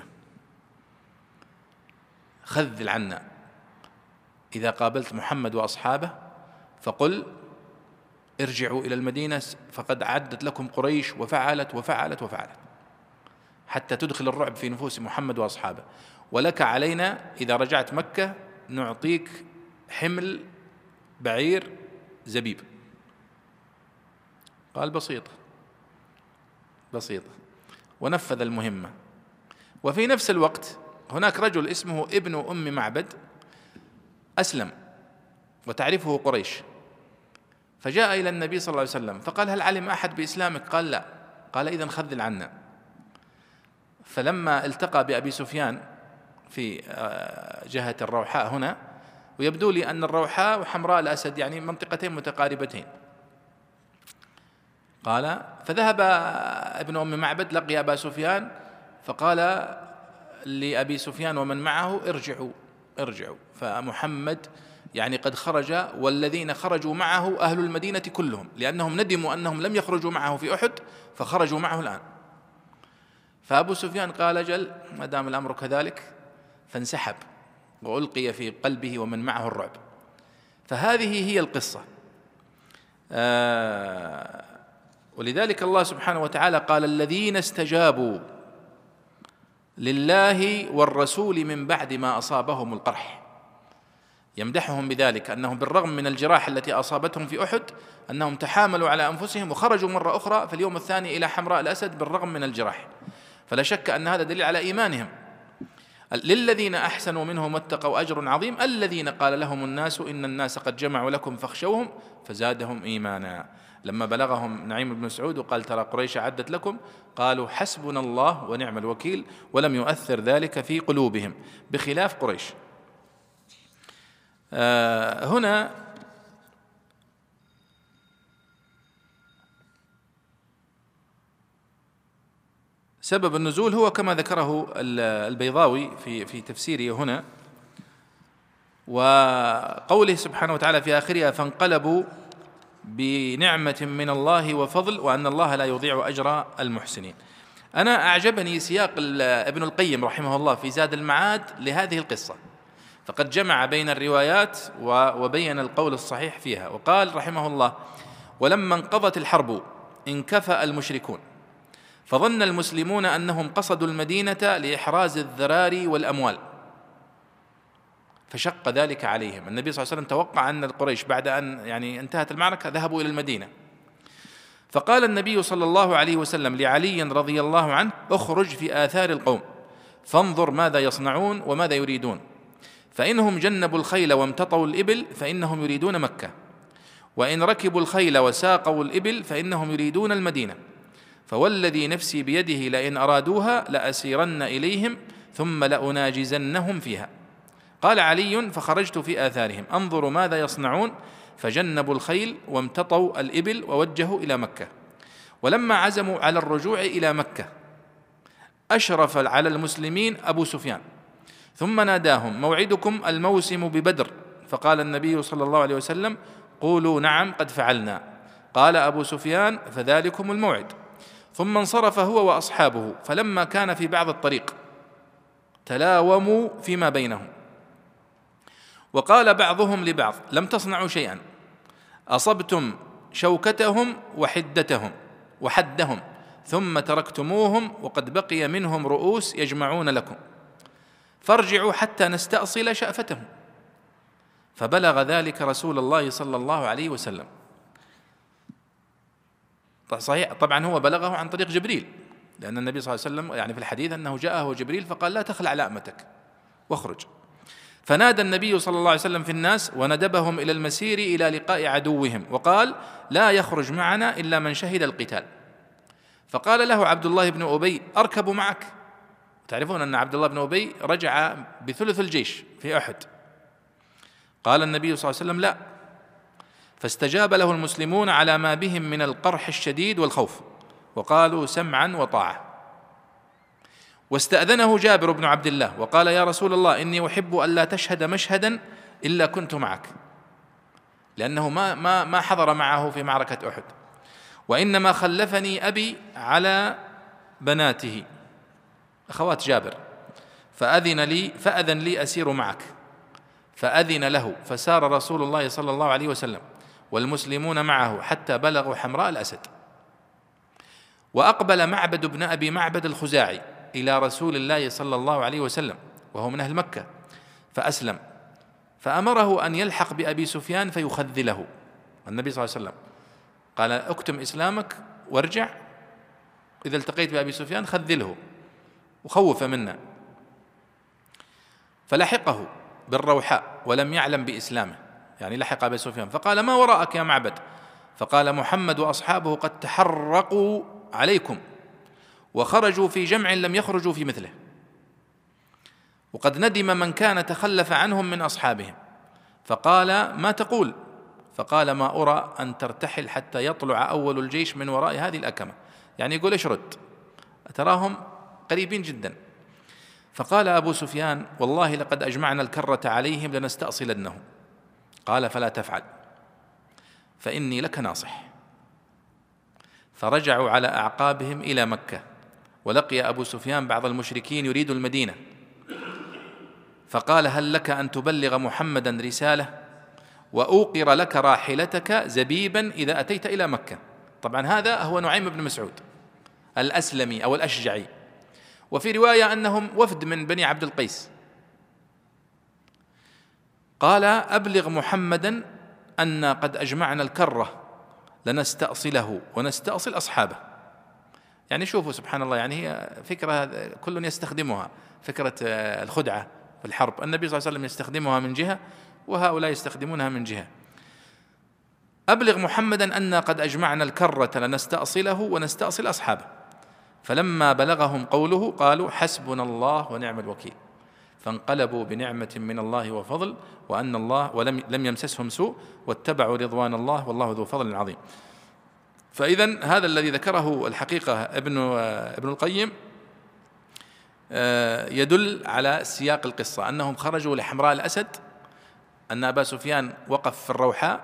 خذل عنا، إذا قابلت محمد وأصحابه فقل ارجعوا إلى المدينة فقد عدت لكم قريش وفعلت وفعلت وفعلت، حتى تدخل الرعب في نفوس محمد وأصحابه، ولك علينا إذا رجعت مكة نعطيك حمل بعير زبيب. قال بسيطة، ونفذ المهمة. وفي نفس الوقت هناك رجل اسمه ابن أم معبد أسلم وتعرفه قريش، فجاء إلى النبي صلى الله عليه وسلم فقال هل علم أحد بإسلامك؟ قال لا. قال إذن خذل عنا. فلما التقى بأبي سفيان في جهة الروحاء هنا، ويبدو لي أن الروحاء وحمراء الأسد يعني منطقتين متقاربتين، قال فذهب ابن أم معبد لقي أبا سفيان فقال لأبي سفيان ومن معه ارجعوا فمحمد يعني قد خرج، والذين خرجوا معه أهل المدينة كلهم، لأنهم ندموا أنهم لم يخرجوا معه في أحد فخرجوا معه الآن. فأبو سفيان قال أجل ما دام الأمر كذلك، فانسحب وألقي في قلبه ومن معه الرعب. فهذه هي القصة. ولذلك الله سبحانه وتعالى قال الذين استجابوا لله والرسول من بعد ما أصابهم القرح، يمدحهم بذلك أنهم بالرغم من الجراح التي أصابتهم في أحد أنهم تحاملوا على أنفسهم وخرجوا مرة أخرى في اليوم الثاني إلى حمراء الأسد بالرغم من الجراح. فلا شك أن هذا دليل على إيمانهم. للذين أحسنوا منهم واتقوا أجر عظيم الذين قال لهم الناس إن الناس قد جمعوا لكم فاخشوهم فزادهم إيمانا. لما بلغهم نعيم بن مسعود وقال ترى قريش أعدت لكم، قالوا حسبنا الله ونعم الوكيل، ولم يؤثر ذلك في قلوبهم بخلاف قريش. هنا سبب النزول هو كما ذكره البيضاوي في تفسيره هنا، وقوله سبحانه وتعالى في آخرها فانقلبوا بنعمة من الله وفضل وأن الله لا يضيع أجر المحسنين. أنا أعجبني سياق ابن القيم رحمه الله في زاد المعاد لهذه القصة، فقد جمع بين الروايات وبين القول الصحيح فيها. وقال رحمه الله ولما انقضت الحرب انكفأ المشركون، فظن المسلمون أنهم قصدوا المدينة لإحراز الذراري والأموال، فشق ذلك عليهم. النبي صلى الله عليه وسلم توقع أن القريش بعد أن يعني انتهت المعركة ذهبوا إلى المدينة، فقال النبي صلى الله عليه وسلم لعلي رضي الله عنه اخرج في آثار القوم فانظر ماذا يصنعون وماذا يريدون، فإنهم جنبوا الخيل وامتطوا الإبل فإنهم يريدون مكة، وإن ركبوا الخيل وساقوا الإبل فإنهم يريدون المدينة، فوالذي نفسي بيده لئن أرادوها لأسيرن إليهم ثم لأناجزنهم فيها. قال علي فخرجت في آثارهم أنظر ماذا يصنعون، فجنبوا الخيل وامتطوا الإبل ووجهوا إلى مكة. ولما عزموا على الرجوع إلى مكة أشرف على المسلمين أبو سفيان ثم ناداهم موعدكم الموسم ببدر، فقال النبي صلى الله عليه وسلم قولوا نعم قد فعلنا. قال أبو سفيان فذلكم الموعد. ثم انصرف هو وأصحابه، فلما كان في بعض الطريق تلاوموا فيما بينهم، وقال بعضهم لبعض لم تصنعوا شيئا، أصبتم شوكتهم وحدهم ثم تركتموهم وقد بقي منهم رؤوس يجمعون لكم، فارجعوا حتى نستأصل شأفتهم. فبلغ ذلك رسول الله صلى الله عليه وسلم. صحيح، طبعا هو بلغه عن طريق جبريل، لأن النبي صلى الله عليه وسلم يعني في الحديث أنه جاءه جبريل فقال: لا تخلع لأمتك واخرج. فنادى النبي صلى الله عليه وسلم في الناس وندبهم إلى المسير إلى لقاء عدوهم، وقال: لا يخرج معنا إلا من شهد القتال. فقال له عبد الله بن أبي: أركب معك؟ تعرفون أن عبد الله بن أبي رجع بثلث الجيش في أحد. قال النبي صلى الله عليه وسلم: لا. فاستجاب له المسلمون على ما بهم من القرح الشديد والخوف، وقالوا: سمعا وطاعة. واستأذنه جابر بن عبد الله وقال: يا رسول الله، إني أحب ألا تشهد مشهدا إلا كنت معك، لأنه ما حضر معه في معركة أحد، وإنما خلفني أبي على بناته أخوات جابر، فأذن لي أسير معك. فأذن له، فسار رسول الله صلى الله عليه وسلم والمسلمون معه حتى بلغوا حمراء الأسد. وأقبل معبد بن أبي معبد الخزاعي إلى رسول الله صلى الله عليه وسلم وهو من أهل مكة، فأسلم، فأمره أن يلحق بأبي سفيان فيخذله. النبي صلى الله عليه وسلم قال: اكتم إسلامك وارجع، إذا التقيت بأبي سفيان خذله وخوف منا. فلحقه بالروحاء ولم يعلم بإسلامه، يعني لحق أبي سفيان، فقال: ما وراءك يا معبد؟ فقال: محمد وأصحابه قد تحرقوا عليكم وخرجوا في جمع لم يخرجوا في مثله، وقد ندم من كان تخلف عنهم من أصحابهم. فقال: ما تقول؟ فقال: ما أرى أن ترتحل حتى يطلع أول الجيش من وراء هذه الأكمة، يعني يقول: اشرد، تراهم قريبين جدا. فقال أبو سفيان: والله لقد أجمعنا الكرة عليهم لنستأصلنهم. قال: فلا تفعل، فإني لك ناصح. فرجعوا على أعقابهم إلى مكة، ولقي أبو سفيان بعض المشركين يريد المدينة، فقال: هل لك أن تبلغ محمدا رسالة وأوقر لك راحلتك زبيبا إذا أتيت إلى مكة؟ طبعا هذا هو نعيم بن مسعود الأسلمي أو الأشجعي، وفي رواية أنهم وفد من بني عبد القيس. قال: أبلغ محمدا أن قد أجمعنا الكرة لنستأصله ونستأصل أصحابه. يعني شوفوا سبحان الله، يعني هي فكرة كل يستخدمها، فكرة الخدعة في الحرب. النبي صلى الله عليه وسلم يستخدمها من جهة وهؤلاء يستخدمونها من جهة. أبلغ محمدا أن قد أجمعنا الكرة لنستأصله ونستأصل أصحابه. فلما بلغهم قوله قالوا: حسبنا الله ونعم الوكيل. فانقلبوا بنعمة من الله وفضل وأن الله ولم يمسسهم سوء واتبعوا رضوان الله والله ذو فضل عظيم. فإذن هذا الذي ذكره الحقيقة ابن القيم يدل على سياق القصة، أنهم خرجوا لحمراء الأسد، أن أبا سفيان وقف في الروحاء،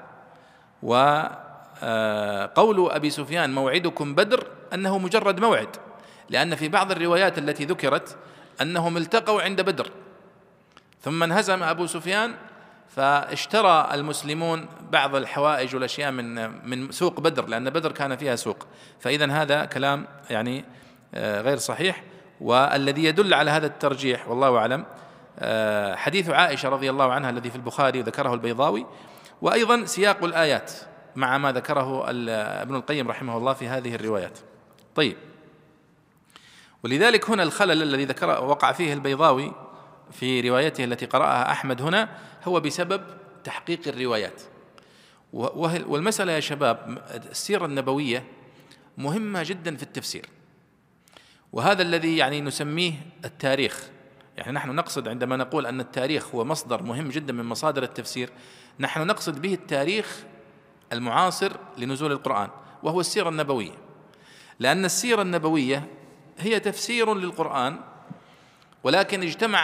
وقول أبي سفيان: موعدكم بدر، أنه مجرد موعد، لأن في بعض الروايات التي ذكرت أنهم التقوا عند بدر، ثم انهزم أبو سفيان فاشترى المسلمون بعض الحوائج والأشياء من سوق بدر، لأن بدر كان فيها سوق. فإذن هذا كلام يعني غير صحيح. والذي يدل على هذا الترجيح والله أعلم حديث عائشة رضي الله عنها الذي في البخاري وذكره البيضاوي، وأيضا سياق الآيات مع ما ذكره ابن القيم رحمه الله في هذه الروايات. طيب، ولذلك هنا الخلل الذي وقع فيه البيضاوي في روايته التي قرأها أحمد هنا هو بسبب تحقيق الروايات. والمسألة يا شباب، السيرة النبوية مهمة جدا في التفسير، وهذا الذي يعني نسميه التاريخ. يعني نحن نقصد عندما نقول أن التاريخ هو مصدر مهم جدا من مصادر التفسير، نحن نقصد به التاريخ المعاصر لنزول القرآن، وهو السيرة النبوية، لأن السيرة النبوية هي تفسير للقرآن، ولكن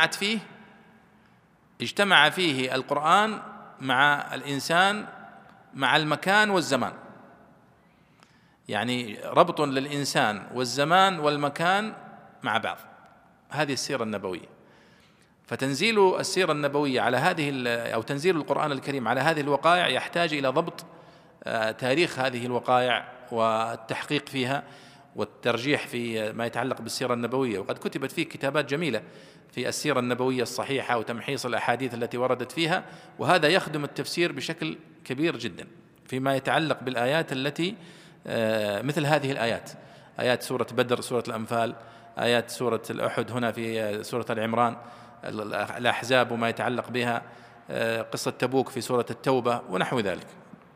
اجتمع فيه القرآن مع الإنسان مع المكان والزمان، يعني ربط للإنسان والزمان والمكان مع بعض. هذه السيرة النبوية. فتنزيل السيرة النبوية على أو تنزيل القرآن الكريم على هذه الوقائع يحتاج إلى ضبط تاريخ هذه الوقائع والتحقيق فيها والترجيح في ما يتعلق بالسيرة النبوية. وقد كتبت فيه كتابات جميلة في السيرة النبوية الصحيحة وتمحيص الأحاديث التي وردت فيها، وهذا يخدم التفسير بشكل كبير جدا فيما يتعلق بالآيات التي مثل هذه الآيات، آيات سورة بدر، سورة الأنفال، آيات سورة الأحد هنا في سورة العمران، الأحزاب وما يتعلق بها، قصة تبوك في سورة التوبة ونحو ذلك.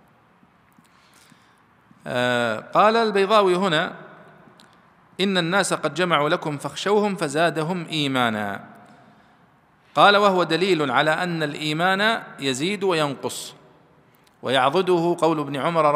قال البيضاوي هنا: إن الناس قد جمعوا لكم فاخشوهم فزادهم إيمانا. قال: وهو دليل على أن الإيمان يزيد وينقص، ويعضده قول ابن عمر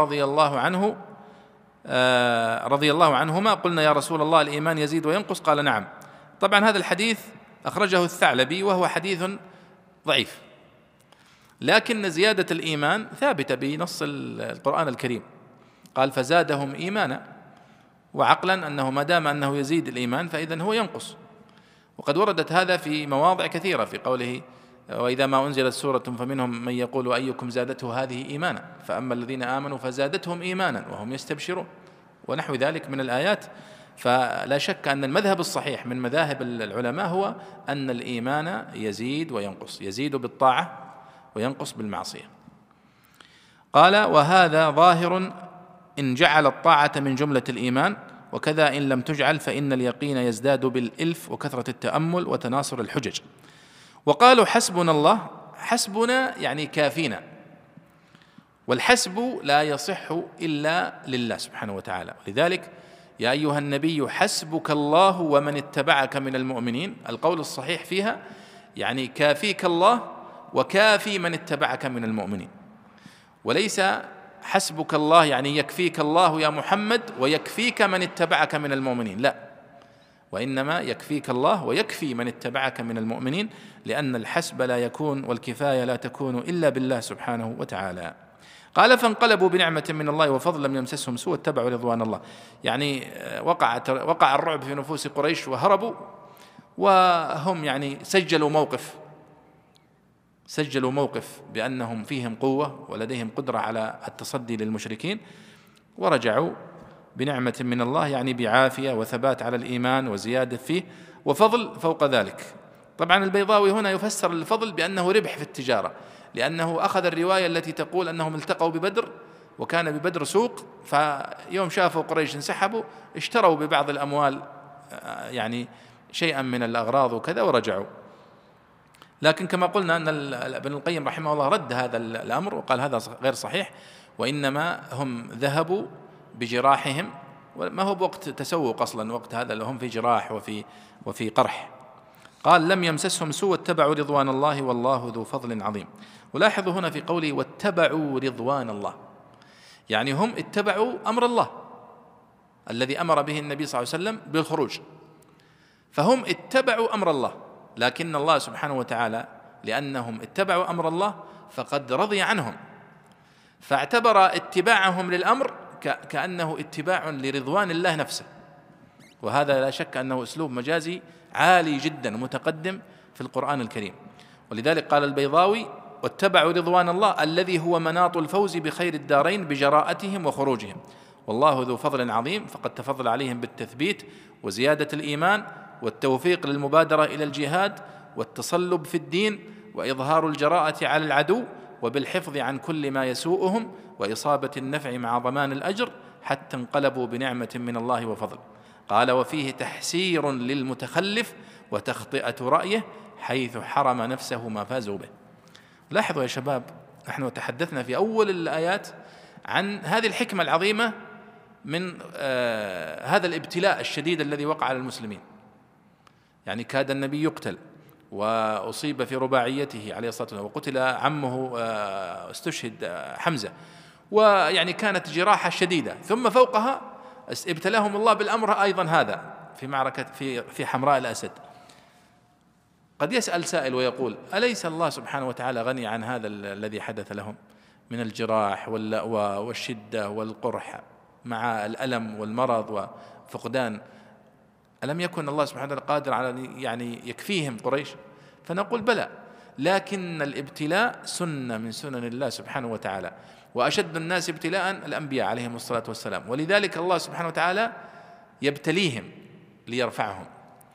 رضي الله عنهما: قلنا يا رسول الله الإيمان يزيد وينقص؟ قال: نعم. طبعا هذا الحديث أخرجه الثعلبي وهو حديث ضعيف، لكن زيادة الإيمان ثابتة بنص القرآن الكريم، قال: فزادهم إيمانا، وعقلا أنه ما دام أنه يزيد الإيمان فإذن هو ينقص. وقد وردت هذا في مواضع كثيرة في قوله: وإذا ما أنزلت سورة فمنهم من يقول أيكم زادته هذه إيمانا فأما الذين آمنوا فزادتهم إيمانا وهم يستبشرون، ونحو ذلك من الآيات. فلا شك أن المذهب الصحيح من مذاهب العلماء هو أن الإيمان يزيد وينقص، يزيد بالطاعة وينقص بالمعصية. قال: وهذا ظاهر إن جعل الطاعة من جملة الإيمان، وكذا إن لم تجعل فإن اليقين يزداد بالإلف وكثرة التأمل وتناصر الحجج. وقالوا: حسبنا الله، حسبنا يعني كافينا، والحسب لا يصح إلا لله سبحانه وتعالى. لذلك يا أيها النبي حسبك الله ومن اتبعك من المؤمنين، القول الصحيح فيها يعني كافيك الله وكافي من اتبعك من المؤمنين، وليس حسبك الله يعني يكفيك الله يا محمد ويكفيك من اتبعك من المؤمنين، لا، وإنما يكفيك الله ويكفي من اتبعك من المؤمنين، لأن الحسب لا يكون والكفاية لا تكون إلا بالله سبحانه وتعالى. قال: فانقلبوا بنعمة من الله وفضل لم يمسسهم سوء اتبعوا رضوان الله. يعني وقع الرعب في نفوس قريش وهربوا، وهم يعني سجلوا موقف بأنهم فيهم قوة ولديهم قدرة على التصدي للمشركين، ورجعوا بنعمة من الله، يعني بعافية وثبات على الإيمان وزيادة فيه وفضل فوق ذلك. طبعا البيضاوي هنا يفسر الفضل بأنه ربح في التجارة، لأنه أخذ الرواية التي تقول أنهم التقوا ببدر وكان ببدر سوق، فيوم شافوا قريش انسحبوا اشتروا ببعض الأموال يعني شيئا من الأغراض وكذا ورجعوا. لكن كما قلنا أن ابن القيم رحمه الله رد هذا الأمر وقال هذا غير صحيح، وإنما هم ذهبوا بجراحهم، وما هو بوقت تسوق أصلا، وقت هذا هم في جراح وفي قرح. قال: لم يمسسهم سوء اتبعوا رضوان الله والله ذو فضل عظيم. ولاحظوا هنا في قوله واتبعوا رضوان الله، يعني هم اتبعوا أمر الله الذي أمر به النبي صلى الله عليه وسلم بالخروج، فهم اتبعوا أمر الله، لكن الله سبحانه وتعالى لأنهم اتبعوا أمر الله فقد رضي عنهم، فاعتبر اتباعهم للأمر كأنه اتباع لرضوان الله نفسه، وهذا لا شك أنه أسلوب مجازي عالي جدا متقدم في القرآن الكريم. ولذلك قال البيضاوي: واتبعوا رضوان الله الذي هو مناط الفوز بخير الدارين بجراءتهم وخروجهم، والله ذو فضل عظيم، فقد تفضل عليهم بالتثبيت وزيادة الإيمان والتوفيق للمبادرة إلى الجهاد والتصلب في الدين وإظهار الجراءة على العدو وبالحفظ عن كل ما يسوءهم وإصابة النفع مع ضمان الأجر، حتى انقلبوا بنعمة من الله وفضل. قال: وفيه تحسير للمتخلف وتخطئة رأيه حيث حرم نفسه ما فازوا به. لاحظوا يا شباب، نحن تحدثنا في أول الآيات عن هذه الحكمة العظيمة من هذا الابتلاء الشديد الذي وقع على المسلمين، يعني كاد النبي يقتل وأصيب في رباعيته عليه الصلاة والسلام، وقتل عمه استشهد حمزة، ويعني كانت جراحة شديدة، ثم فوقها ابتلاهم الله بالأمر أيضا هذا في معركة في حمراء الأسد. قد يسأل سائل ويقول: أليس الله سبحانه وتعالى غني عن هذا الذي حدث لهم من الجراح واللأوى والشدة والقرح مع الألم والمرض وفقدان؟ ألم يكن الله سبحانه وتعالى قادر على يعني يكفيهم قريش؟ فنقول بلى، لكن الابتلاء سنة من سنن الله سبحانه وتعالى، وأشد الناس ابتلاء الأنبياء عليهم الصلاة والسلام، ولذلك الله سبحانه وتعالى يبتليهم ليرفعهم.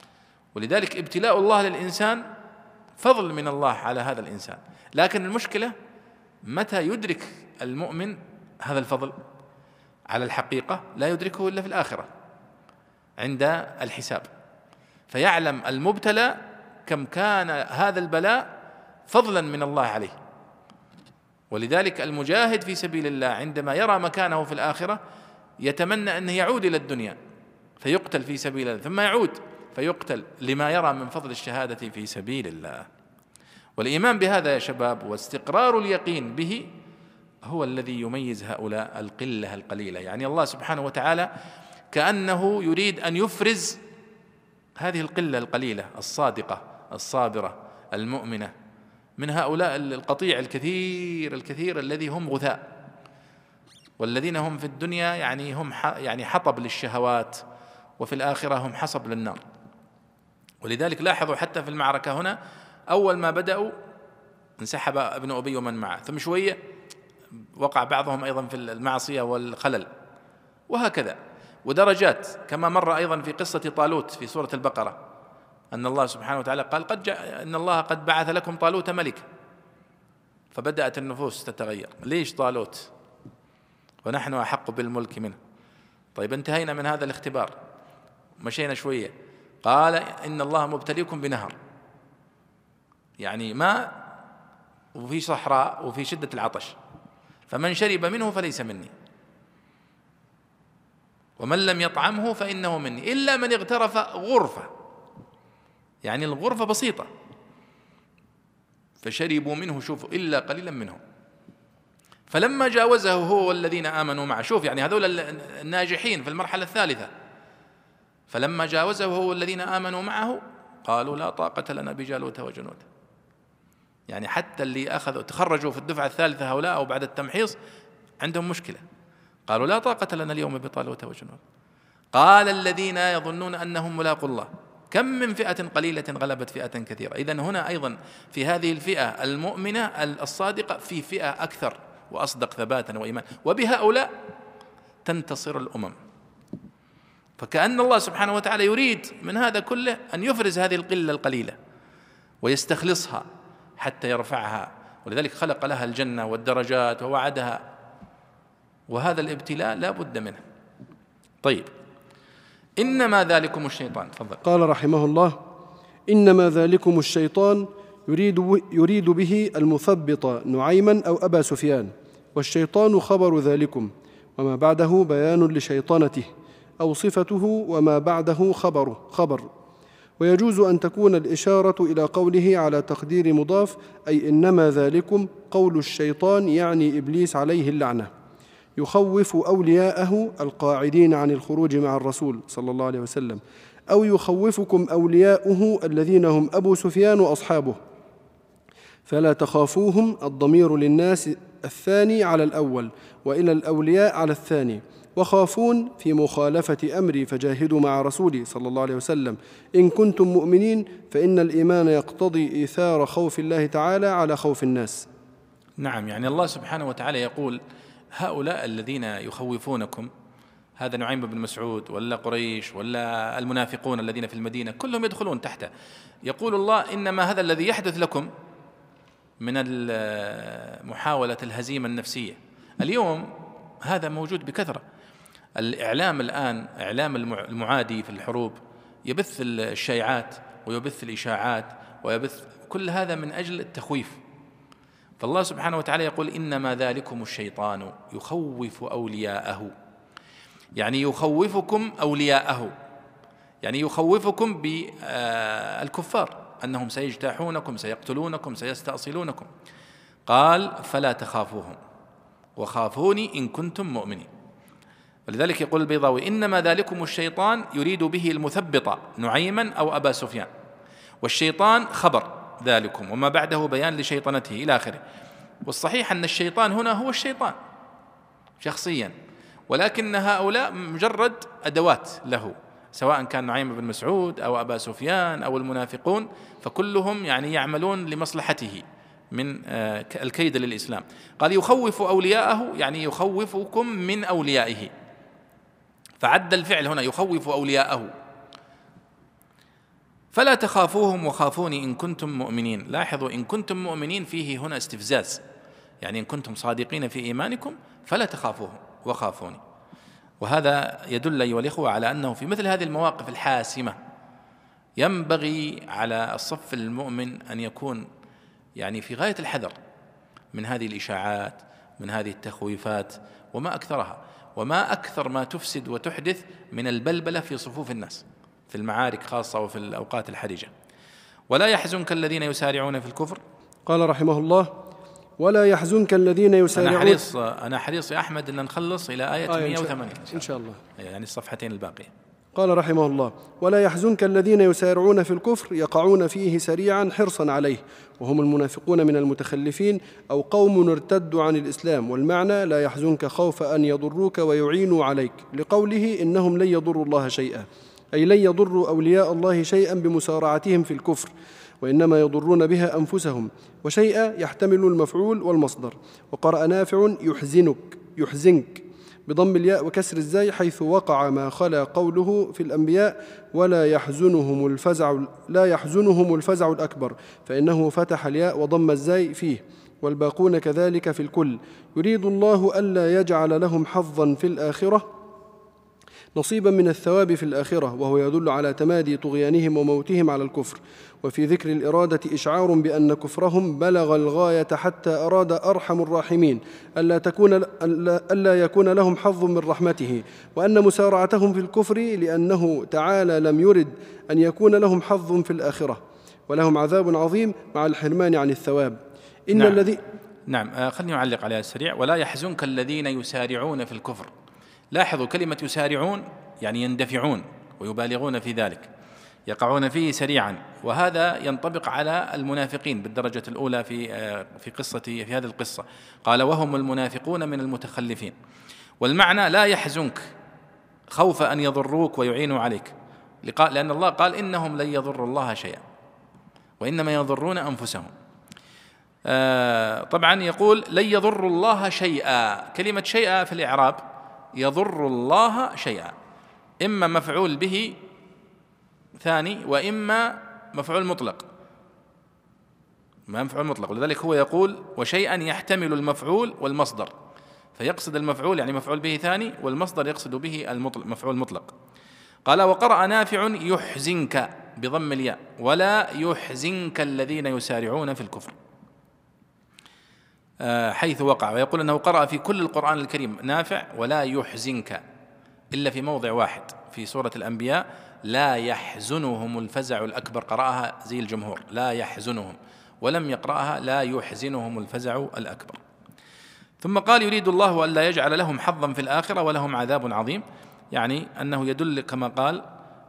ولذلك ابتلاء الله للإنسان فضل من الله على هذا الإنسان. لكن المشكلة متى يدرك المؤمن هذا الفضل على الحقيقة؟ لا يدركه إلا في الآخرة عند الحساب، فيعلم المبتلى كم كان هذا البلاء فضلا من الله عليه. ولذلك المجاهد في سبيل الله عندما يرى مكانه في الآخرة يتمنى أن يعود إلى الدنيا فيقتل في سبيل الله، ثم يعود فيقتل لما يرى من فضل الشهادة في سبيل الله. والإيمان بهذا يا شباب واستقرار اليقين به هو الذي يميز هؤلاء القلة القليلة. يعني الله سبحانه وتعالى كأنه يريد أن يفرز هذه القلة القليلة الصادقة الصابرة المؤمنة من هؤلاء القطيع الكثير الذي هم غثاء، والذين هم في الدنيا يعني هم يعني حطب للشهوات، وفي الآخرة هم حصب للنار. ولذلك لاحظوا حتى في المعركة هنا أول ما بدأوا انسحب ابن أبي ومن معه، ثم شوية وقع بعضهم أيضا في المعصية والخلل، وهكذا ودرجات، كما مر أيضا في قصة طالوت في سورة البقرة أن الله سبحانه وتعالى قال إن الله قد بعث لكم طالوت ملكا، فبدأت النفوس تتغير. ليش طالوت ونحن أحق بالملك منه؟ طيب انتهينا من هذا الاختبار، مشينا شوية، قال إن الله مبتليكم بنهر، يعني ماء وفي صحراء وفي شدة العطش، فمن شرب منه فليس مني ومن لم يطعمه فإنه مني إلا من اغترف غرفة، يعني الغرفة بسيطة، فشربوا منه شوفوا إلا قليلا منهم، فلما جاوزه هو والذين آمنوا معه، شوف يعني هذول الناجحين في المرحلة الثالثة، فلما جاوزه هو والذين آمنوا معه قالوا لا طاقة لنا بجالوت وجنوده. يعني حتى اللي تخرجوا في الدفعة الثالثة هؤلاء أو بعد التمحيص عندهم مشكلة، قالوا لا طاقة لنا اليوم بطالوت وجنود. قال الذين يظنون أنهم ملاقوا الله كم من فئة قليلة غلبت فئة كثيرة. إذن هنا أيضا في هذه الفئة المؤمنة الصادقة في فئة أكثر وأصدق ثباتا وإيمان، وبهؤلاء تنتصر الأمم. فكأن الله سبحانه وتعالى يريد من هذا كله أن يفرز هذه القلة القليلة ويستخلصها حتى يرفعها، ولذلك خلق لها الجنة والدرجات ووعدها، وهذا الابتلاء لا بد منه. طيب، إنما ذلكم الشيطان. تفضل. قال رحمه الله: إنما ذلكم الشيطان يريد به المثبط نعيما أو أبا سفيان، والشيطان خبر ذلكم، وما بعده بيان لشيطنته، أو صفته وما بعده خبر. ويجوز أن تكون الإشارة إلى قوله على تقدير مضاف، أي إنما ذلكم قول الشيطان يعني إبليس عليه اللعنة، يخوف أولياءه القاعدين عن الخروج مع الرسول صلى الله عليه وسلم، أو يخوفكم أولياؤه الذين هم أبو سفيان وأصحابه، فلا تخافوهم. الضمير للناس الثاني على الأول، وإلى الأولياء على الثاني. وخافون في مخالفة أمري فجاهدوا مع رسولي صلى الله عليه وسلم إن كنتم مؤمنين، فإن الإيمان يقتضي إيثار خوف الله تعالى على خوف الناس. نعم، يعني الله سبحانه وتعالى يقول هؤلاء الذين يخوفونكم، هذا نعيم بن مسعود ولا قريش ولا المنافقون الذين في المدينة كلهم يدخلون تحته. يقول الله إنما هذا الذي يحدث لكم من محاولة الهزيمة النفسية اليوم هذا موجود بكثرة. الإعلام الآن إعلام المعادي في الحروب يبث الشائعات ويبث الإشاعات ويبث كل هذا من أجل التخويف. فالله سبحانه وتعالى يقول إنما ذلكم الشيطان يخوف أولياءه، يعني يخوفكم أولياءه، يعني يخوفكم بالكفار أنهم سيجتاحونكم سيقتلونكم سيستأصلونكم. قال فلا تخافوهم وخافوني إن كنتم مؤمنين. ولذلك يقول البيضاوي إنما ذلكم الشيطان يريد به المثبط نعيما أو أبا سفيان، والشيطان خبر ذلكم وما بعده بيان لشيطنته إلى آخره. والصحيح أن الشيطان هنا هو الشيطان شخصيا، ولكن هؤلاء مجرد أدوات له، سواء كان نعيم بن مسعود أو أبا سفيان أو المنافقون، فكلهم يعني يعملون لمصلحته من الكيد للإسلام. قال يخوف أولياءه يعني يخوفكم من أوليائه، فعد الفعل هنا يخوف أولياءه. فلا تخافوهم وخافوني إن كنتم مؤمنين. لاحظوا إن كنتم مؤمنين فيه هنا استفزاز، يعني إن كنتم صادقين في إيمانكم فلا تخافوهم وخافوني. وهذا يدل أيها الإخوة على أنه في مثل هذه المواقف الحاسمة ينبغي على الصف المؤمن أن يكون يعني في غاية الحذر من هذه الإشاعات، من هذه التخويفات، وما أكثرها، وما أكثر ما تفسد وتحدث من البلبلة في صفوف الناس في المعارك خاصة وفي الأوقات الحرجة. ولا يحزنك الذين يسارعون في الكفر. قال رحمه الله: ولا يحزنك الذين يسارعون. أنا حريص يا أحمد أن نخلص إلى آية 180 إن شاء الله، يعني الصفحتين الباقية. قال رحمه الله: ولا يحزنك الذين يسارعون في الكفر يقعون فيه سريعا حرصا عليه، وهم المنافقون من المتخلفين أو قوم ارتدوا عن الإسلام. والمعنى: لا يحزنك خوف أن يضروك ويعينوا عليك، لقوله: إنهم لن يضروا الله شيئا، أي لن يضروا أولياء الله شيئا بمسارعتهم في الكفر، وإنما يضرون بها أنفسهم. وشيئا يحتمل المفعول والمصدر. وقرأ نافع: يحزنك بضم الياء وكسر الزاي، حيث وقع ما خلا قوله في الأنبياء: لا يحزنهم الفزع الأكبر، فإنه فتح الياء وضم الزاي فيه. والباقون كذلك في الكل. يريد الله ألا يجعل لهم حظا في الآخرة، نصيبا من الثواب في الآخرة، وهو يدل على تمادي طغيانهم وموتهم على الكفر. وفي ذكر الإرادة إشعار بأن كفرهم بلغ الغاية حتى أراد أرحم الراحمين ألا يكون لهم حظ من رحمته، وأن مسارعتهم في الكفر لأنه تعالى لم يرد أن يكون لهم حظ في الآخرة، ولهم عذاب عظيم مع الحرمان عن الثواب. خلني أعلق عليها السريع. ولا يحزنك الذين يسارعون في الكفر. لاحظوا كلمة يسارعون يعني يندفعون ويبالغون في ذلك، يقعون فيه سريعا، وهذا ينطبق على المنافقين بالدرجة الأولى في هذه القصة. قال: وهم المنافقون من المتخلفين. والمعنى: لا يحزنك خوف أن يضروك ويعينوا عليك، لأن الله قال: إنهم لن يضروا الله شيئا وإنما يضرون أنفسهم. طبعا يقول لن يضروا الله شيئا. كلمة شيئا في الإعراب يضر الله شيئا، إما مفعول به ثاني وإما مفعول مطلق، ولذلك هو يقول: وشيئا يحتمل المفعول والمصدر، فيقصد المفعول يعني مفعول به ثاني، والمصدر يقصد به مفعول مطلق. قال: وقرأ نافع: يحزنك بضم الياء، ولا يحزنك الذين يسارعون في الكفر، حيث وقع. ويقول أنه قرأ في كل القرآن الكريم نافع ولا يحزنك، إلا في موضع واحد في سورة الأنبياء: لا يحزنهم الفزع الأكبر، قرأها زي الجمهور لا يحزنهم، ولم يقرأها لا يحزنهم الفزع الأكبر. ثم قال: يريد الله ألا يجعل لهم حظا في الآخرة ولهم عذاب عظيم، يعني أنه يدل كما قال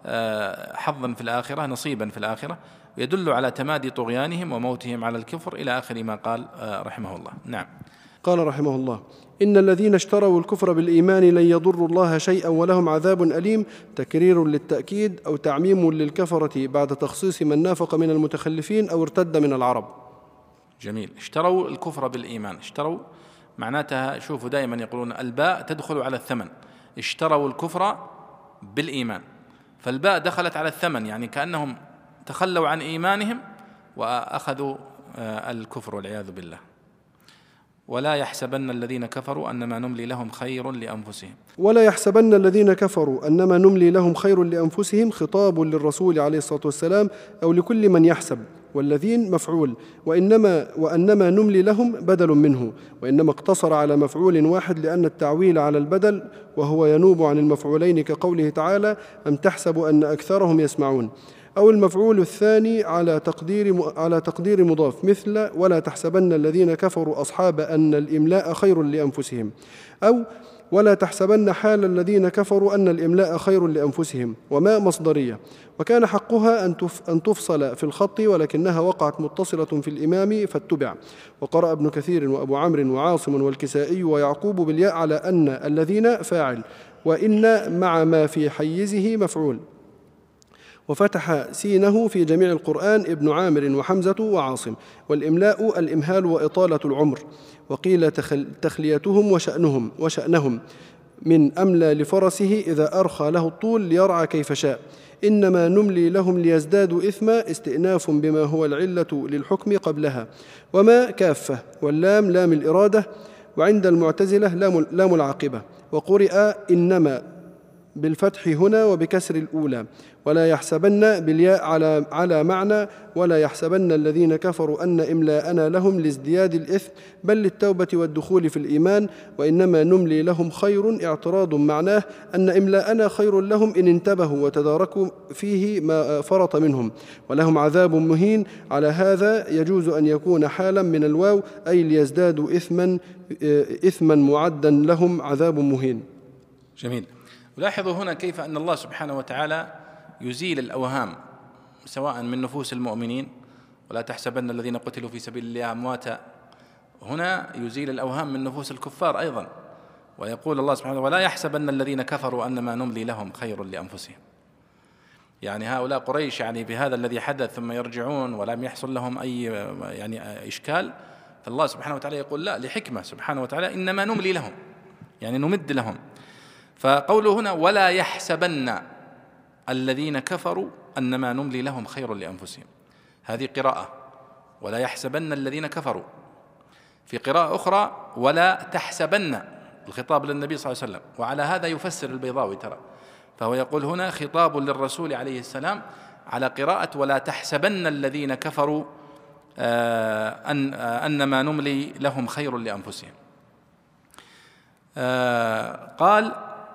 حظا في الآخرة، نصيبا في الآخرة، يدل على تمادي طغيانهم وموتهم على الكفر إلى آخر ما قال رحمه الله. نعم. قال رحمه الله: إن الذين اشتروا الكفر بالإيمان لن يضروا الله شيئا ولهم عذاب أليم، تكرير للتأكيد أو تعميم للكفرة بعد تخصيص من نافق من المتخلفين أو ارتد من العرب. جميل. اشتروا الكفر بالإيمان. اشتروا معناتها، شوفوا دائما يقولون الباء تدخل على الثمن. اشتروا الكفر بالإيمان، فالباء دخلت على الثمن، يعني كأنهم تخلوا عن إيمانهم وأخذوا الكفر والعياذ بالله. ولا يحسبن الذين كفروا أنما نملي لهم خير لأنفسهم. ولا يحسبن الذين كفروا أنما نملي لهم خير لأنفسهم، خطاب للرسول عليه الصلاة والسلام أو لكل من يحسب، والذين مفعول، وأنما نملي لهم بدل منه، وإنما اقتصر على مفعول واحد لأن التعويل على البدل وهو ينوب عن المفعولين، كقوله تعالى: أم تحسب أن أكثرهم يسمعون، أو المفعول الثاني على تقدير مضاف، مثل ولا تحسبن الذين كفروا أصحاب أن الإملاء خير لأنفسهم، أو ولا تحسبن حال الذين كفروا أن الإملاء خير لأنفسهم، وما مصدرية، وكان حقها أن تفصل في الخط، ولكنها وقعت متصلة في الإمام فاتبع. وقرأ ابن كثير وأبو عمرو وعاصم والكسائي ويعقوب بالياء على أن الذين فاعل، وإن مع ما في حيزه مفعول، وفتح سينه في جميع القرآن ابن عامر وحمزة وعاصم. والإملاء الإمهال وإطالة العمر، وقيل تخليتهم وشأنهم، من أملى لفرسه إذا أرخى له الطول ليرعى كيف شاء. إنما نملي لهم ليزدادوا إثما استئناف بما هو العلة للحكم قبلها، وما كافة، واللام لام الإرادة، وعند المعتزلة لام العاقبة، وقرئ إنما بالفتح هنا وبكسر الأولى، ولا يحسبن بالياء على معنى ولا يحسبن الذين كفروا أن إملاءنا لهم لازدياد الإثم بل للتوبة والدخول في الإيمان، وإنما نملي لهم خير اعتراض معناه أن إملاءنا خير لهم إن انتبهوا وتداركوا فيه ما فرط منهم، ولهم عذاب مهين. على هذا يجوز أن يكون حالا من الواو أي ليزدادوا إثما معدا لهم عذاب مهين. جميل. ولاحظوا هنا كيف أن الله سبحانه وتعالى يزيل الأوهام سواء من نفوس المؤمنين، ولا تحسبن الذين قتلوا في سبيل الله أمواتا، هنا يزيل الأوهام من نفوس الكفار أيضا، ويقول الله سبحانه ولا يحسبن الذين كفروا أنما نملي لهم خير لأنفسهم. يعني هؤلاء قريش يعني بهذا الذي حدث ثم يرجعون ولم يحصل لهم أي يعني إشكال، فالله سبحانه وتعالى يقول لا، لحكمة سبحانه وتعالى إنما نملي لهم، يعني نمد لهم. فقوله هنا ولا يحسبن الذين كفروا أنما نملي لهم خير لأنفسهم، هذه قراءة ولا يحسبن الذين كفروا. في قراءة أخرى ولا تحسبن، الخطاب للنبي صلى الله عليه وسلم، وعلى هذا يفسر البيضاوي ترى، فهو يقول هنا خطاب للرسول عليه السلام على قراءة ولا تحسبن الذين كفروا أنما نملي لهم خير لأنفسهم. قال